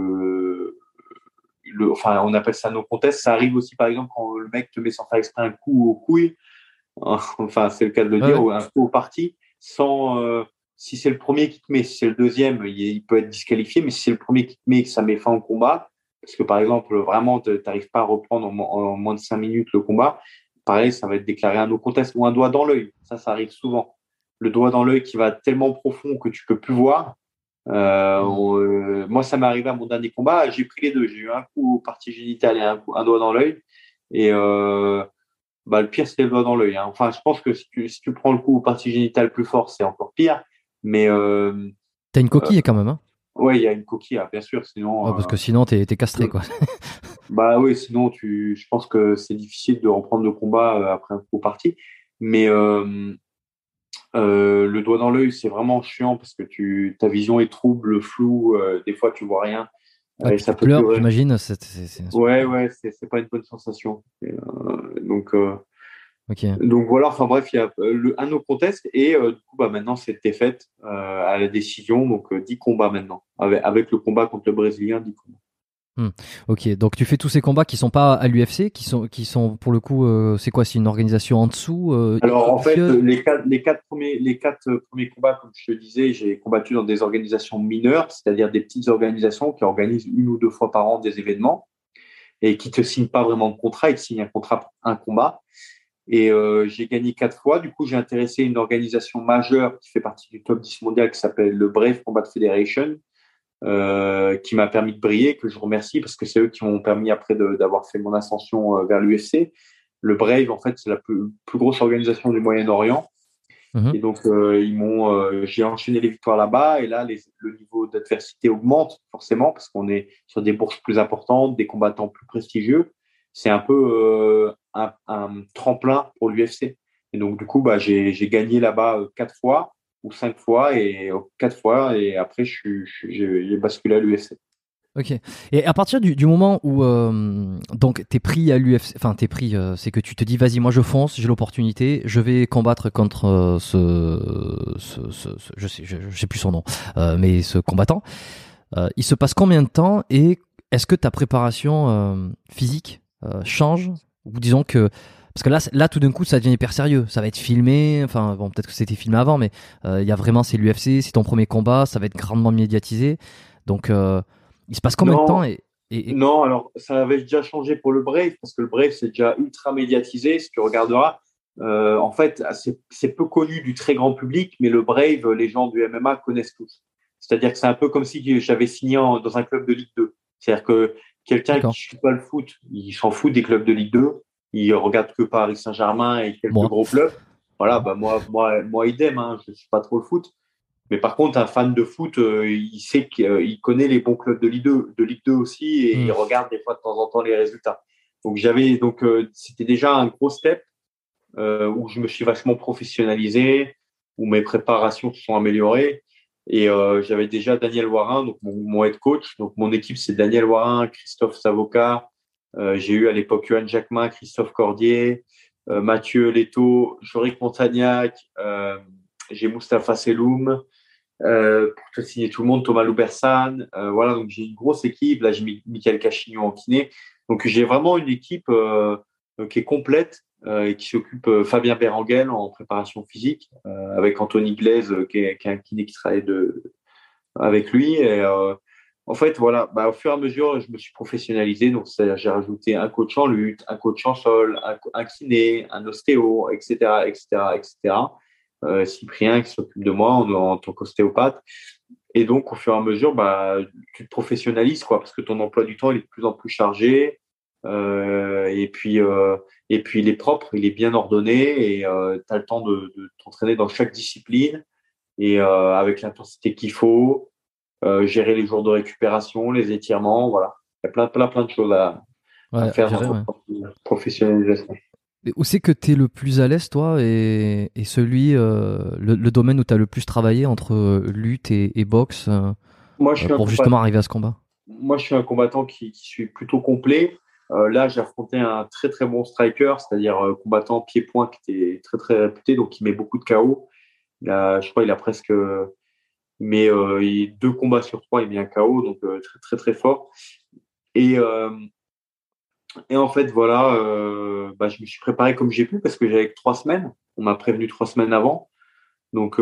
enfin, on appelle ça no contest. Ça arrive aussi, par exemple, quand le mec te met sans faire exprès un coup aux couilles, enfin, c'est le cas de le ouais, dire, ouais. ou un coup au parti, sans, si c'est le premier qui te met, si c'est le deuxième, il peut être disqualifié, mais si c'est le premier qui te met et que ça met fin au combat, parce que par exemple, vraiment, tu n'arrives pas à reprendre en moins de 5 minutes le combat, pareil, ça va être déclaré un no contest ou un doigt dans l'œil. Ça arrive souvent. Le doigt dans l'œil qui va tellement profond que tu peux plus voir. Hmm. Moi, ça m'est arrivé à mon dernier combat. J'ai pris les deux. J'ai eu un coup aux parties génitales et un doigt dans l'œil. Et bah, le pire, c'était le doigt dans l'œil, hein. Enfin, je pense que si tu prends le coup aux parties génitales plus fort, c'est encore pire. Mais T'as une coquille quand même, hein? ouais, il y a une coquille, hein, bien sûr. Ouais, Sinon, parce que sinon, t'es castré, quoi. bah oui, sinon, je pense que c'est difficile de reprendre le combat après un coup au parti. Mais le doigt dans l'œil, c'est vraiment chiant parce que ta vision est trouble, floue. Des fois, tu vois rien. Ouais, Et puis ça tu peut pleures, durer. j'imagine. C'est Ouais, insupportable. ouais, c'est pas une bonne sensation. Et, Ok. donc voilà, enfin bref, il y a un no contest et du coup, bah, maintenant, c'est défaite à la décision. Donc 10 combats maintenant. Avec le combat contre le Brésilien, 10 combats. Hmm. Ok, donc tu fais tous ces combats qui sont pas à l'UFC, qui sont pour le coup, c'est quoi? C'est une organisation en dessous, Alors en fait, officieuse? les quatre premiers combats, comme je te disais, j'ai combattu dans des organisations mineures, c'est-à-dire des petites organisations qui organisent une ou deux fois par an des événements et qui te signent pas vraiment de contrat, ils te signent un contrat pour un combat. Et j'ai gagné 4 fois. Du coup, j'ai intéressé une organisation majeure qui fait partie du top 10 mondial qui s'appelle le Brave Combat Federation, qui m'a permis de briller, que je remercie parce que c'est eux qui m'ont permis après d'avoir fait mon ascension vers l'UFC. Le Brave, en fait, c'est la plus grosse organisation du Moyen-Orient. Et donc, j'ai enchaîné les victoires là-bas. Et là, le niveau d'adversité augmente forcément parce qu'on est sur des bourses plus importantes, des combattants plus prestigieux. C'est un peu un tremplin pour l'UFC. Et donc, du coup, j'ai gagné là-bas 4 fois ou 5 fois et 4 fois. Et après, j'ai basculé à l'UFC. Ok. Et à partir du moment où donc t'es pris à l'UFC, enfin c'est que tu te dis vas-y, moi je fonce, j'ai l'opportunité, je vais combattre contre je sais plus son nom, mais ce combattant. Il se passe combien de temps et est-ce que ta préparation physique change ou disons que parce que là tout d'un coup ça devient hyper sérieux, ça va être filmé, enfin bon peut-être que c'était filmé avant, mais il y a vraiment c'est l'UFC, c'est ton premier combat, ça va être grandement médiatisé, donc il se passe combien de temps Non, alors ça avait déjà changé pour le Brave, parce que le Brave, c'est déjà ultra médiatisé, si tu regarderas. En fait, c'est peu connu du très grand public, mais le Brave, les gens du MMA connaissent tous. C'est-à-dire que c'est un peu comme si j'avais signé dans un club de Ligue 2. C'est-à-dire que quelqu'un qui ne suit pas le foot, il s'en fout des clubs de Ligue 2, il regarde que Paris Saint-Germain et quelques gros clubs. Voilà, moi idem, hein, je ne suis pas trop le foot. Mais par contre, un fan de foot, il sait qu'il connaît les bons clubs de Ligue 2 aussi et il regarde des fois de temps en temps les résultats. Donc c'était déjà un gros step où je me suis vachement professionnalisé, où mes préparations se sont améliorées et j'avais déjà Daniel Warin, donc mon head coach. Donc mon équipe c'est Daniel Warin, Christophe Savoca. J'ai eu à l'époque Yohan Jacquemin, Christophe Cordier, Mathieu Leto, Jorik Montagnac. J'ai Moustapha Seloum. Pour te signer tout le monde, Thomas Loubersan, voilà, donc j'ai une grosse équipe. Là, j'ai Michael Cachignon en kiné. Donc, j'ai vraiment une équipe qui est complète et qui s'occupe Fabien Berenguel en préparation physique, avec Anthony Glaise, qui est un kiné qui travaille avec lui. Et en fait, voilà, au fur et à mesure, je me suis professionnalisé. Donc, j'ai rajouté un coach en lutte, un coach en sol, un kiné, un ostéo, etc., etc., etc. Cyprien qui s'occupe de moi en tant qu'ostéopathe. Et donc, au fur et à mesure, tu te professionnalises, quoi, parce que ton emploi du temps, il est de plus en plus chargé. Et puis, il est propre, il est bien ordonné et tu as le temps de t'entraîner dans chaque discipline et avec l'intensité qu'il faut, gérer les jours de récupération, les étirements, voilà. Il y a plein de choses à faire dans cette professionnalisation. Et où c'est que tu es le plus à l'aise, toi, et celui, le domaine où tu as le plus travaillé entre lutte et boxe pour justement arriver à ce combat? Moi, je suis un combattant qui suis plutôt complet. Là, j'ai affronté un très, très bon striker, c'est-à-dire combattant pied-point qui était très, très réputé, donc il met beaucoup de KO. Je crois qu'il a presque... Mais 2 combats sur 3, il met un KO, donc très, très, très fort. Et en fait, voilà, je me suis préparé comme j'ai pu parce que j'avais que 3 semaines. On m'a prévenu 3 semaines avant. Donc,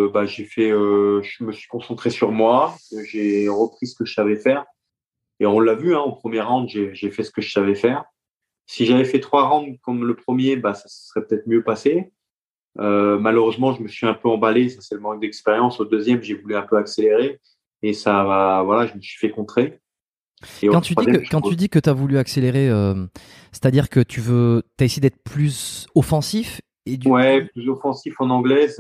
je me suis concentré sur moi. J'ai repris ce que je savais faire. Et on l'a vu, hein, au premier round, j'ai fait ce que je savais faire. Si j'avais fait 3 rounds comme le premier, ça serait peut-être mieux passé. Malheureusement, je me suis un peu emballé. Ça, c'est le manque d'expérience. Au deuxième, j'ai voulu un peu accélérer. Et ça, voilà, je me suis fait contrer. Quand tu dis que tu as voulu accélérer, c'est-à-dire que t'as essayé d'être plus offensif plus offensif en anglaise.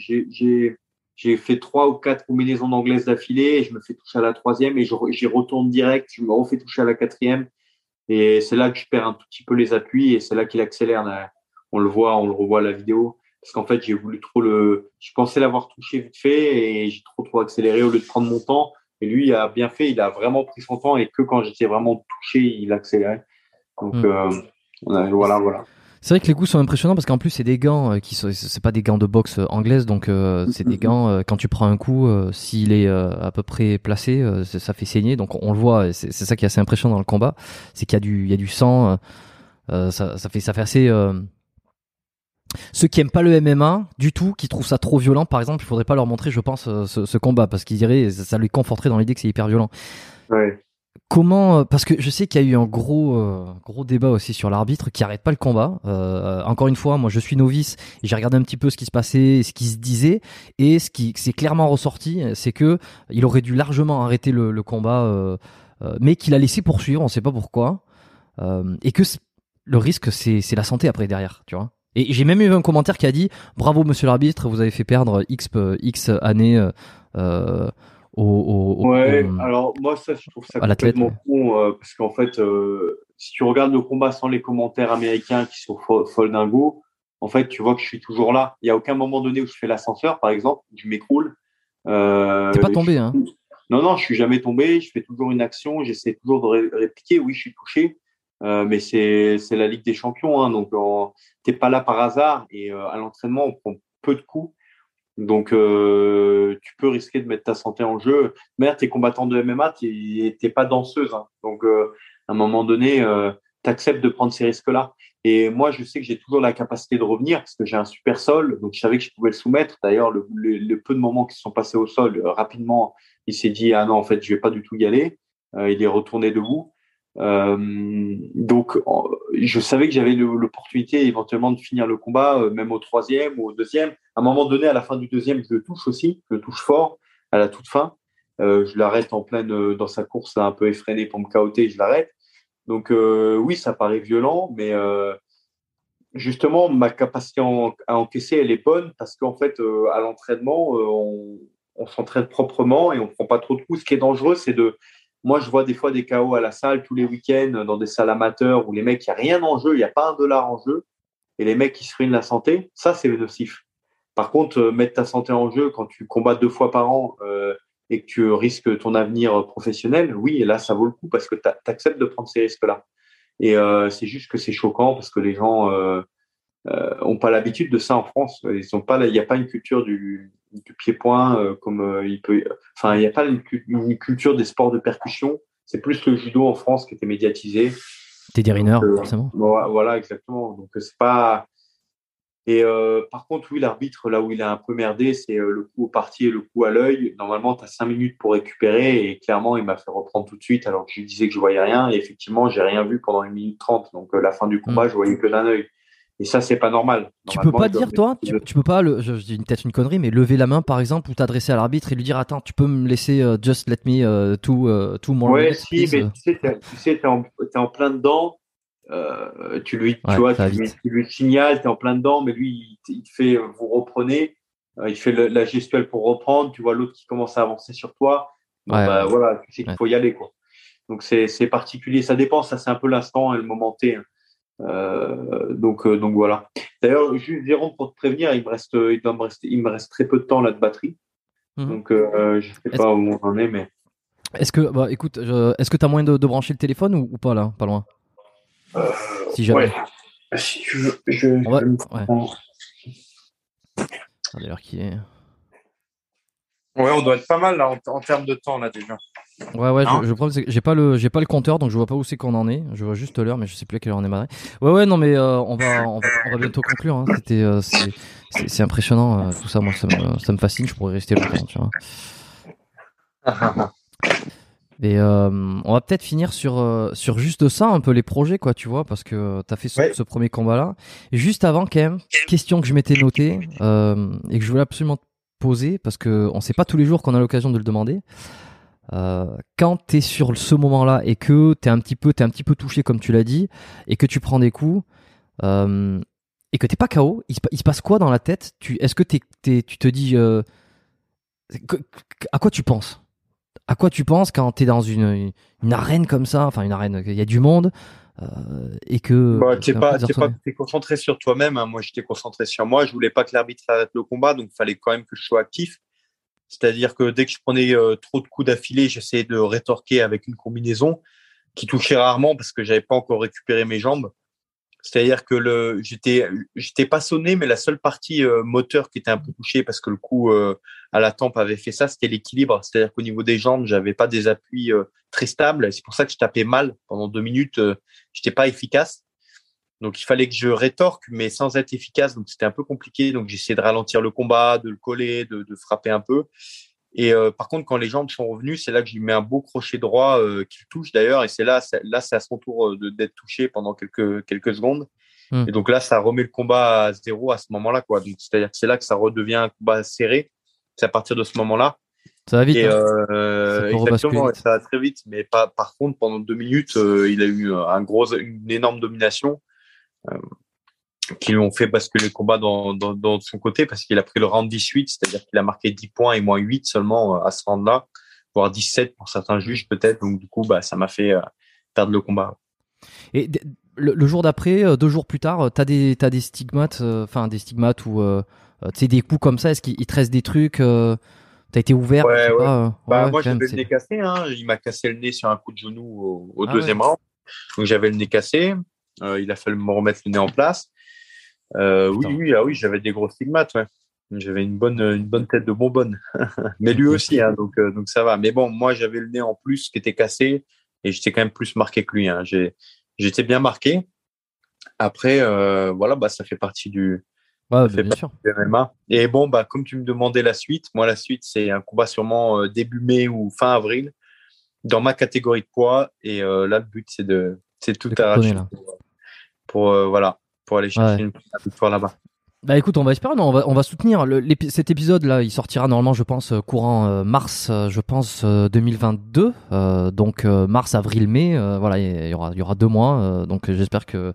J'ai fait 3 ou 4 combinaisons d'anglaise d'affilée et je me fais toucher à la 3e et j'y retourne direct. Je me refais toucher à la 4e et c'est là que je perds un tout petit peu les appuis et c'est là qu'il accélère. On le revoit à la vidéo parce qu'en fait, je pensais l'avoir touché vite fait et j'ai trop accéléré au lieu de prendre mon temps. Et lui, il a bien fait, il a vraiment pris son temps et que quand j'étais vraiment touché, il accélérait. Donc, voilà. C'est vrai que les coups sont impressionnants parce qu'en plus, c'est des gants c'est pas des gants de boxe anglaise, donc c'est des gants, quand tu prends un coup, s'il est à peu près placé, ça fait saigner. Donc on le voit, c'est ça qui est assez impressionnant dans le combat, c'est qu'il y a du sang, ça fait assez... Ceux qui aiment pas le MMA du tout, qui trouvent ça trop violent, par exemple, il faudrait pas leur montrer, je pense, ce combat parce qu'ils diraient, ça lui conforterait dans l'idée que c'est hyper violent. Ouais. Comment, parce que je sais qu'il y a eu un gros débat aussi sur l'arbitre qui arrête pas le combat. Encore une fois, moi je suis novice et j'ai regardé un petit peu ce qui se passait, ce qui se disait, et ce qui s'est clairement ressorti, c'est que il aurait dû largement arrêter le combat, mais qu'il a laissé poursuivre, on sait pas pourquoi, et que le risque c'est la santé après derrière, tu vois. Et j'ai même eu un commentaire qui a dit bravo monsieur l'arbitre, vous avez fait perdre X années Ouais, alors moi ça je trouve ça à l'athlète. complètement con parce qu'en fait si tu regardes le combat sans les commentaires américains qui sont folles dingo, en fait tu vois que je suis toujours là. Il y a aucun moment donné où je fais l'ascenseur par exemple, je m'écroule. T'es pas tombé, hein? Non, je suis jamais tombé. Je fais toujours une action, j'essaie toujours de répliquer. Oui, je suis touché, mais c'est la Ligue des Champions, hein, donc t'es pas là par hasard et à l'entraînement on prend peu de coups. Donc, tu peux risquer de mettre ta santé en jeu. Mais t'es combattant de MMA, t'es pas danseuse. Hein. Donc, à un moment donné, t'acceptes de prendre ces risques-là. Et moi, je sais que j'ai toujours la capacité de revenir parce que j'ai un super sol. Donc, je savais que je pouvais le soumettre. D'ailleurs, le peu de moments qui se sont passés au sol, rapidement, il s'est dit, ah non, en fait, je vais pas du tout y aller. Il est retourné debout. Donc, je savais que j'avais l'opportunité éventuellement de finir le combat, même au troisième ou au deuxième. À un moment donné, à la fin du deuxième, je le touche aussi, je le touche fort à la toute fin. Je l'arrête en pleine dans sa course, là, un peu effrénée pour me cahoter, je l'arrête. Donc oui, ça paraît violent, mais justement, ma capacité à encaisser, elle est bonne parce qu'en fait, à l'entraînement, on s'entraîne proprement et on prend pas trop de coups. Ce qui est dangereux, c'est de moi, je vois des fois des KO à la salle tous les week-ends dans des salles amateurs où les mecs, il n'y a rien en jeu, il n'y a pas un dollar en jeu, et les mecs qui se ruinent la santé, ça, c'est nocif. Par contre, mettre ta santé en jeu quand tu combats 2 fois par an et que tu risques ton avenir professionnel, oui, et là, ça vaut le coup parce que tu acceptes de prendre ces risques-là. Et c'est juste que c'est choquant parce que les gens ont pas l'habitude de ça en France. Ils ont pas, il n'y a pas une culture du pied-point comme il peut. Enfin, il n'y a pas une culture des sports de percussion. C'est plus le judo en France qui était médiatisé. T'es Riner, forcément. Voilà, exactement. Donc c'est pas. Et par contre, oui, l'arbitre, là où il a un peu merdé, c'est le coup au parti et le coup à l'œil. Normalement, tu as 5 minutes pour récupérer et clairement, il m'a fait reprendre tout de suite alors que je lui disais que je voyais rien. Et effectivement, j'ai rien vu pendant 1 minute 30. Donc, la fin du combat, je voyais que d'un œil. Et ça, c'est pas normal. Tu peux pas il doit dire, toi, tu peux pas, je dis peut-être une connerie, mais lever la main, par exemple, ou t'adresser à l'arbitre et lui dire, attends, tu peux me laisser just let me two more Ouais, minutes, si, please. mais tu sais, t'es en plein dedans. Ouais, Tu vois, ça va vite. tu lui signales, t'es en plein dedans, mais lui, il te fait, vous reprenez. Il fait la gestuelle pour reprendre. Tu vois l'autre qui commence à avancer sur toi. Bon, Ouais, bah ouais, voilà, tu sais qu'il ouais. faut y aller, quoi. Donc, c'est particulier. Ça dépend, ça, c'est un peu l'instant et le moment T. Hein. Donc voilà. D'ailleurs, juste Jérôme, pour te prévenir, il me reste très peu de temps là de batterie. Mhm. Donc je sais Est-ce, pas où on en est, mais est-ce que, bah, écoute, est-ce que t'as moyen de brancher le téléphone ou pas là, pas loin, si ouais. jamais. Si tu veux, je Ouais, me ouais. prends. Regardez l'heure qui est. Ouais, on doit être pas mal là en termes de temps là déjà. Ouais, Non. je prends, j'ai pas le compteur, donc je vois pas où c'est qu'on en est. Je vois juste l'heure, mais je sais plus à quelle heure on est marré. Ouais, non, mais on va bientôt conclure. Hein. C'est impressionnant tout ça. Moi, ça me fascine. Je pourrais rester longtemps, tu vois. Et on va peut-être finir sur juste ça, un peu les projets, quoi, tu vois, parce que t'as fait Ouais. ce premier combat-là. Et juste avant, quand même, question que je m'étais notée et que je voulais absolument te poser, parce que on sait pas tous les jours qu'on a l'occasion de le demander. Quand t'es sur ce moment-là et que t'es un petit peu touché comme tu l'as dit et que tu prends des coups et que t'es pas KO, il se passe quoi dans la tête? Est-ce que tu te dis que- à quoi tu penses? À quoi tu penses quand t'es dans une arène comme ça, enfin une arène, il y a du monde et que Bah, t'es un peu désarçonné. t'es concentré sur toi-même. Hein. Moi, j'étais concentré sur moi. Je voulais pas que l'arbitre arrête le combat, donc il fallait quand même que je sois actif. C'est-à-dire que dès que je prenais trop de coups d'affilée, j'essayais de rétorquer avec une combinaison qui touchait rarement parce que j'avais pas encore récupéré mes jambes. C'est-à-dire que j'étais pas sonné, mais la seule partie moteur qui était un peu touchée parce que le coup à la tempe avait fait ça, c'était l'équilibre. C'est-à-dire qu'au niveau des jambes, j'avais pas des appuis très stables. Et c'est pour ça que je tapais mal pendant 2 minutes. J'étais pas efficace. Donc il fallait que je rétorque, mais sans être efficace. Donc c'était un peu compliqué. Donc j'essayais de ralentir le combat, de le coller, de frapper un peu. Et par contre, quand les jambes sont revenues, c'est là que je lui mets un beau crochet droit qu'il touche d'ailleurs. Et c'est c'est à son tour d'être touché pendant quelques secondes. Et donc là, ça remet le combat à zéro à ce moment-là, quoi. Donc, c'est-à-dire que c'est là que ça redevient un combat serré. C'est à partir de ce moment-là. Ça va vite. Et ça peut exactement, vite. ça va très vite. Mais par contre, pendant 2 minutes, il a eu une énorme domination qui lui ont fait basculer le combat de son côté parce qu'il a pris le round 18, c'est-à-dire qu'il a marqué 10 points et moins 8 seulement à ce round-là, voire 17 pour certains juges peut-être. Donc du coup, ça m'a fait perdre le combat. Et le jour d'après, 2 jours plus tard, t'as des stigmates, des stigmates ou tu sais, des coups comme ça. Est-ce qu'il te reste des trucs t'as été ouvert? Ouais, ouais. Moi, j'avais le nez cassé. Hein. Il m'a cassé le nez sur un coup de genou au deuxième round. Donc j'avais le nez cassé. Il a fallu me remettre le nez en place. Oui, j'avais des gros stigmates. Ouais. J'avais une bonne tête de bonbonne. Mais lui aussi, hein, donc ça va. Mais bon, moi, j'avais le nez en plus qui était cassé et j'étais quand même plus marqué que lui. Hein. J'étais bien marqué. Après, ça fait partie du MMA. Et bon, comme tu me demandais la suite, moi, la suite, c'est un combat sûrement début mai ou fin avril dans ma catégorie de poids. Et là, le but, c'est tout arracher pour aller chercher une victoire là-bas. Bah écoute, on va espérer, on va soutenir cet épisode là, il sortira normalement je pense courant mars 2022, donc mars, avril, mai, il y aura 2 mois, donc j'espère que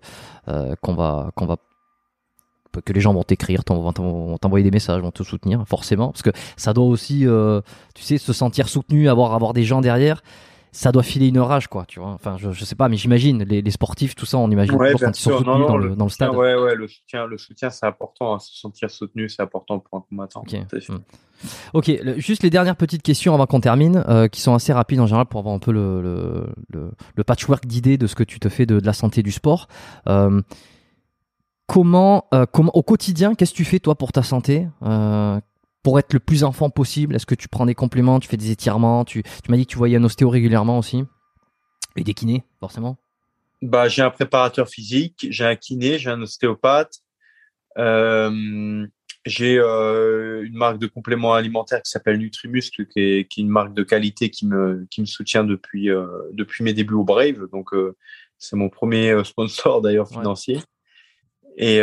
les gens vont t'écrire, vont t'envoyer des messages, vont te soutenir forcément, parce que ça doit aussi tu sais, se sentir soutenu, avoir des gens derrière. Ça doit filer une rage, quoi, tu vois. Enfin, je sais pas, mais j'imagine les sportifs, tout ça, on imagine toujours quand ils sont soutenus dans le stade. Ouais, le soutien, c'est important. Hein. Se sentir soutenu, c'est important pour un combattant. Ok, juste les dernières petites questions avant qu'on termine, qui sont assez rapides en général pour avoir un peu le patchwork d'idées de ce que tu te fais de la santé du sport. Comment au quotidien, qu'est-ce que tu fais toi pour ta santé? Pour être le plus en forme possible, est-ce que tu prends des compléments, tu fais des étirements, tu m'as dit que tu voyais un ostéo régulièrement aussi, et des kinés forcément? J'ai un préparateur physique, j'ai un kiné, j'ai un ostéopathe, j'ai une marque de compléments alimentaires qui s'appelle Nutrimuscle, qui est une marque de qualité qui me soutient depuis mes débuts au Brave, donc c'est mon premier sponsor d'ailleurs financier. Et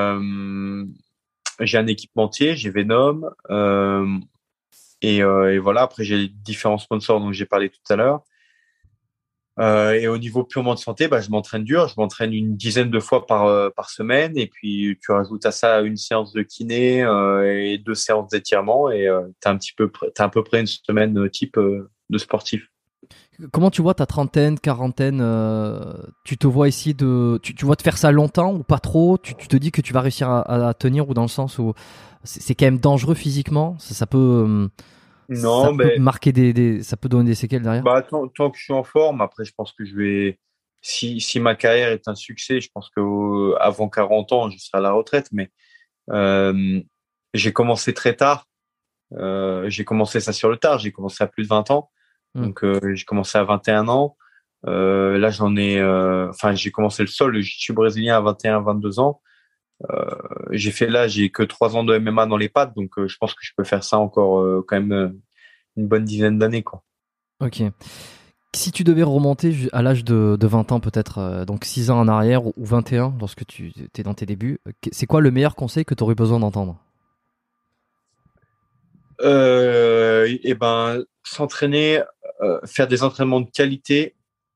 j'ai un équipementier, j'ai Venom, et voilà. Après, j'ai différents sponsors dont j'ai parlé tout à l'heure. Et au niveau purement de santé, je m'entraîne dur. Je m'entraîne une dizaine de fois par semaine. Et puis, tu rajoutes à ça une séance de kiné et 2 séances d'étirement. Et t'as à peu près une semaine type de sportif. Comment tu vois ta trentaine, quarantaine, tu te vois essayer tu vois te faire ça longtemps ou pas trop? Tu te dis que tu vas réussir à tenir, ou dans le sens où c'est quand même dangereux physiquement? Ça peut marquer ça peut donner des séquelles derrière? Tant que je suis en forme, après je pense que je vais, si ma carrière est un succès, je pense que avant 40 ans, je serai à la retraite. Mais j'ai commencé très tard. J'ai commencé ça sur le tard. J'ai commencé à plus de 20 ans. Donc j'ai commencé à 21 ans. Là j'ai commencé le sol, le jiu-jitsu brésilien à 21, 22 ans. J'ai que 3 ans de MMA dans les pattes, donc je pense que je peux faire ça encore quand même une bonne dizaine d'années, quoi. Ok. Si tu devais remonter à l'âge de 20 ans peut-être, donc 6 ans en arrière ou 21 lorsque tu étais dans tes débuts, c'est quoi le meilleur conseil que tu aurais besoin d'entendre? S'entraîner, faire des entraînements de qualité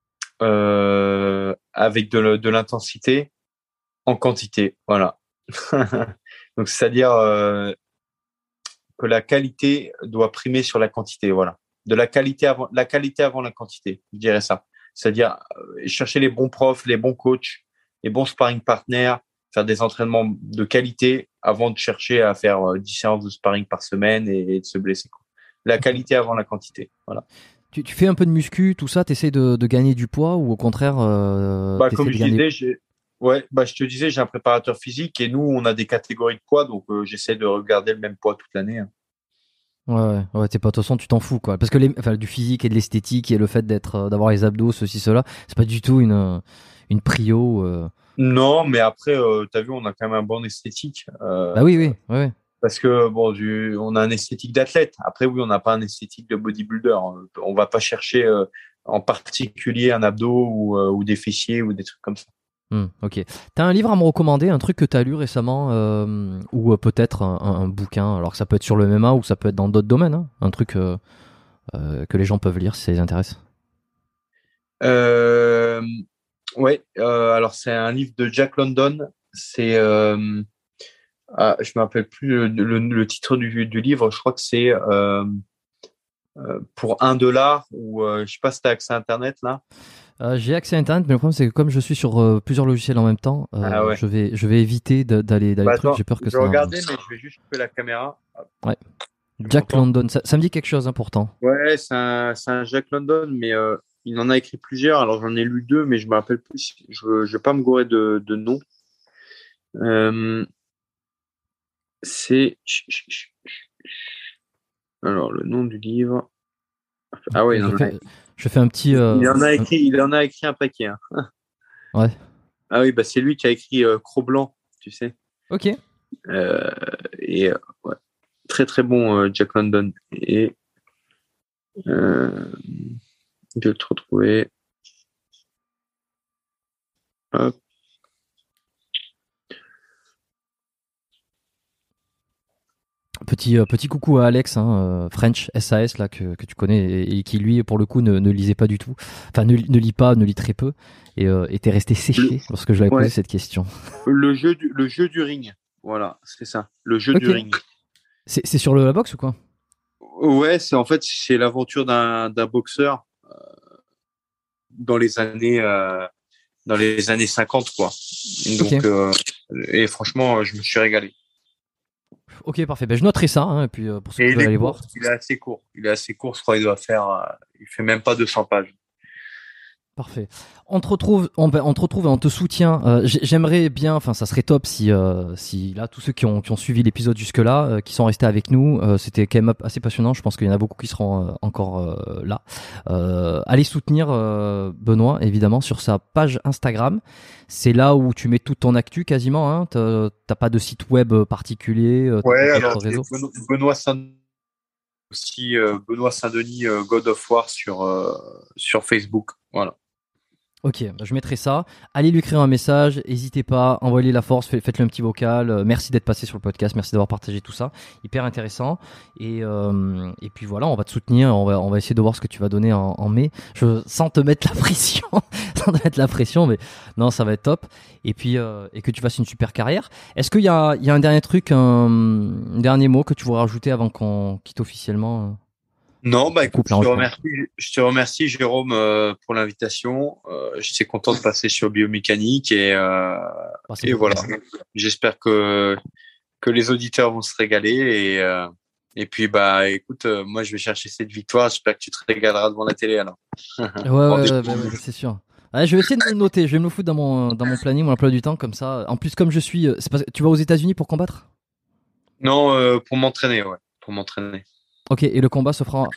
avec de l'intensité en quantité, voilà. Donc c'est-à-dire que la qualité doit primer sur la quantité, voilà. De la qualité avant la quantité, je dirais ça. C'est-à-dire chercher les bons profs, les bons coachs, les bons sparring partners, faire des entraînements de qualité avant de chercher à faire 10 séances de sparring par semaine et de se blesser, quoi. La qualité avant la quantité, voilà. Tu fais un peu de muscu, tout ça, t'essaies de gagner du poids, ou au contraire comme je disais, je te disais, j'ai un préparateur physique et nous, on a des catégories de poids, donc j'essaie de regarder le même poids toute l'année, hein. Ouais, t'es pas, de toute façon, tu t'en fous, quoi. Parce que du physique et de l'esthétique et le fait d'avoir les abdos, ceci, cela, c'est pas du tout une prio. Non, mais après, t'as vu, on a quand même un bon esthétique. Oui. Parce que bon, on a un esthétique d'athlète. Après, oui, on n'a pas un esthétique de bodybuilder. On va pas chercher en particulier un abdos ou des fessiers ou des trucs comme ça. Ok. T'as un livre à me recommander, un truc que t'as lu récemment, ou peut-être un bouquin. Alors que ça peut être sur le MMA ou ça peut être dans d'autres domaines. Hein, un truc que les gens peuvent lire si ça les intéresse. Ouais. Alors c'est un livre de Jack London. C'est je me rappelle plus le titre du livre. Je crois que c'est pour $1 ou je sais pas si t'as accès à Internet là. J'ai accès à Internet, mais le problème c'est que comme je suis sur plusieurs logiciels en même temps, ouais. je vais éviter d'aller truc. J'ai peur que ça. Je vais regarder, mais je vais juste couper la caméra. Ouais. Jack London, ça me dit quelque chose, hein, pourtant. Ouais, c'est un Jack London, mais il en a écrit plusieurs. Alors j'en ai lu 2, mais je me rappelle plus. Je vais pas me gourer de nom. C'est alors le nom du livre. Ah ouais, je fais un petit. Il en a écrit un paquet. Hein. Ouais. Ah oui, bah c'est lui qui a écrit Cro-Blanc, tu sais. Ok. Et ouais, très très bon Jack London. Et je vais te retrouver. Hop. Petit coucou à Alex, hein, French SAS là que tu connais et qui lui pour le coup ne lisait pas du tout, enfin ne lit très peu et était resté séché lorsque je lui avais posé cette question. Le jeu du ring, voilà, c'est ça, le jeu du ring. C'est sur la boxe ou quoi? Ouais, c'est l'aventure d'un boxeur dans les années 50 quoi. Donc et franchement je me suis régalé. Ok, parfait. Ben, je noterai ça, hein, et puis pour ceux qui veulent aller voir. Il est assez court. Je crois qu'il doit faire. Il fait même pas 200 pages. Parfait. On te retrouve et on te soutient. J'aimerais bien, enfin, ça serait top si là tous ceux qui ont suivi l'épisode jusque là, qui sont restés avec nous, c'était quand même assez passionnant. Je pense qu'il y en a beaucoup qui seront encore là. Allez soutenir Benoît évidemment sur sa page Instagram. C'est là où tu mets toute ton actu quasiment. Hein. T'as pas de site web particulier. Ouais, alors réseau. Benoît Saint-Denis aussi, Benoît Saint-Denis God of War sur Facebook. Voilà. Ok, bah je mettrai ça. Allez lui écrire un message, n'hésitez pas, envoyez la force, faites-le un petit vocal. Merci d'être passé sur le podcast, merci d'avoir partagé tout ça, hyper intéressant. Et puis voilà, on va te soutenir, on va essayer de voir ce que tu vas donner en mai. Sans te mettre la pression, mais non, ça va être top. Et puis et que tu fasses une super carrière. Est-ce qu'il y a un dernier truc, un dernier mot que tu voudrais rajouter avant qu'on quitte officiellement? Non, bah écoute, je te remercie Jérôme pour l'invitation. J'étais content de passer sur biomécanique et voilà. J'espère que les auditeurs vont se régaler et puis bah écoute, moi je vais chercher cette victoire. J'espère que tu te régaleras devant la télé alors. Ouais, c'est sûr. Ouais, je vais essayer de me le noter. Je vais me le foutre dans mon planning, mon emploi du temps comme ça. En plus, comme je suis, tu vas aux États-Unis pour combattre? Non, pour m'entraîner, ouais, pour m'entraîner. Ok, et le combat se fera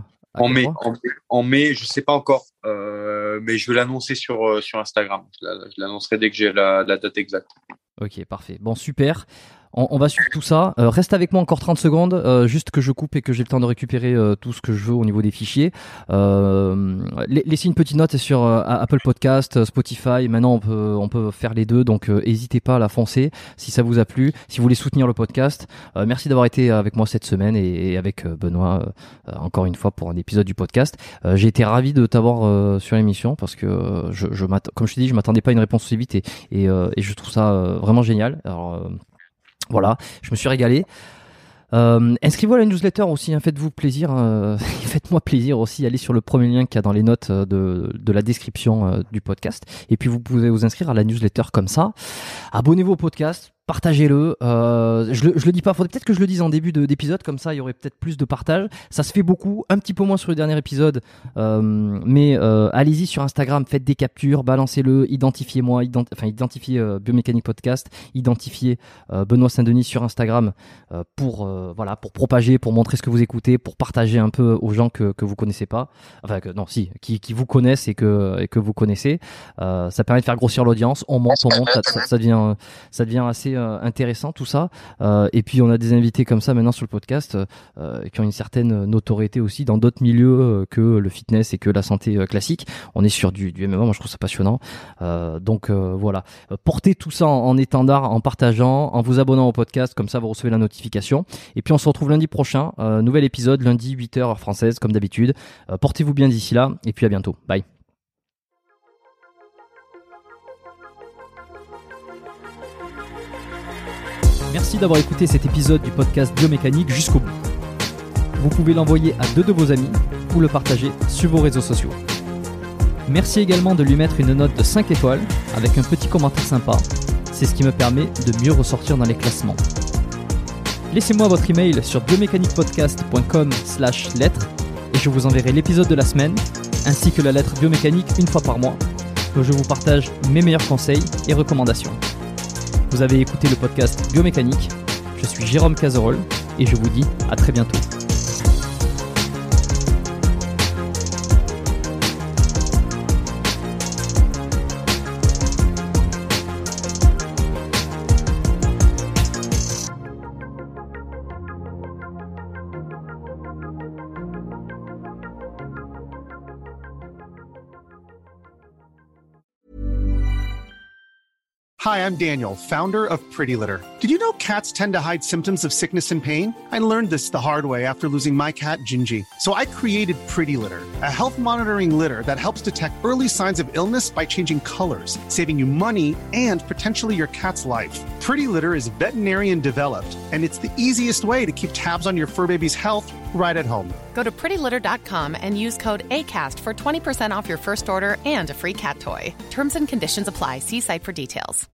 en mai, je sais pas encore, mais je vais l'annoncer sur Instagram. Je l'annoncerai dès que j'ai la date exacte. Ok, parfait. Bon, super. On va suivre tout ça. Reste avec moi encore 30 secondes, juste que je coupe et que j'ai le temps de récupérer tout ce que je veux au niveau des fichiers. Laissez une petite note sur Apple Podcast, Spotify. Maintenant, on peut faire les deux, donc n'hésitez pas à la foncer si ça vous a plu. Si vous voulez soutenir le podcast, merci d'avoir été avec moi cette semaine et avec Benoît encore une fois pour un épisode du podcast. J'ai été ravi de t'avoir sur l'émission parce que comme je t'ai dit, je m'attendais pas à une réponse aussi vite et je trouve ça vraiment génial. Alors voilà, je me suis régalé. Inscrivez-vous à la newsletter aussi, hein, faites-vous plaisir, faites-moi plaisir aussi, allez sur le premier lien qu'il y a dans les notes de la description du podcast et puis vous pouvez vous inscrire à la newsletter comme ça. Abonnez-vous au podcast, partagez-le. Je le dis pas, faudrait peut-être que je le dise en début d'épisode, comme ça il y aurait peut-être plus de partage. Ça se fait beaucoup, un petit peu moins sur le dernier épisode, mais allez-y sur Instagram, faites des captures, balancez-le, identifiez-moi, identifiez Biomécanique Podcast, identifiez Benoît Saint-Denis sur Instagram pour propager, pour montrer ce que vous écoutez, pour partager un peu aux gens que vous connaissez pas, qui vous connaissent et que vous connaissez. Ça permet de faire grossir l'audience. On monte, ça devient assez intéressant tout ça. Et puis on a des invités comme ça maintenant sur le podcast qui ont une certaine notoriété aussi dans d'autres milieux que le fitness et que la santé classique. On est sur du MMA, moi je trouve ça passionnant. Donc voilà, portez tout ça en étendard, en partageant, en vous abonnant au podcast, comme ça vous recevez la notification. Et puis on se retrouve lundi prochain, nouvel épisode, lundi 8h heure française comme d'habitude. Portez-vous bien d'ici là et puis à bientôt. Bye. Merci d'avoir écouté cet épisode du podcast Biomécanique jusqu'au bout. Vous pouvez l'envoyer à 2 de vos amis ou le partager sur vos réseaux sociaux. Merci également de lui mettre une note de 5 étoiles avec un petit commentaire sympa. C'est ce qui me permet de mieux ressortir dans les classements. Laissez-moi votre email sur biomécaniquepodcast.com/lettres et je vous enverrai l'épisode de la semaine ainsi que la lettre biomécanique une fois par mois où je vous partage mes meilleurs conseils et recommandations. Vous avez écouté le podcast Biomécanique. Je suis Jérôme Cazerolle et je vous dis à très bientôt. Hi, I'm Daniel, founder of Pretty Litter. Did you know cats tend to hide symptoms of sickness and pain? I learned this the hard way after losing my cat, Gingy. So I created Pretty Litter, a health monitoring litter that helps detect early signs of illness by changing colors, saving you money and potentially your cat's life. Pretty Litter is veterinarian developed, and it's the easiest way to keep tabs on your fur baby's health right at home. Go to prettylitter.com and use code ACAST for 20% off your first order and a free cat toy. Terms and conditions apply. See site for details.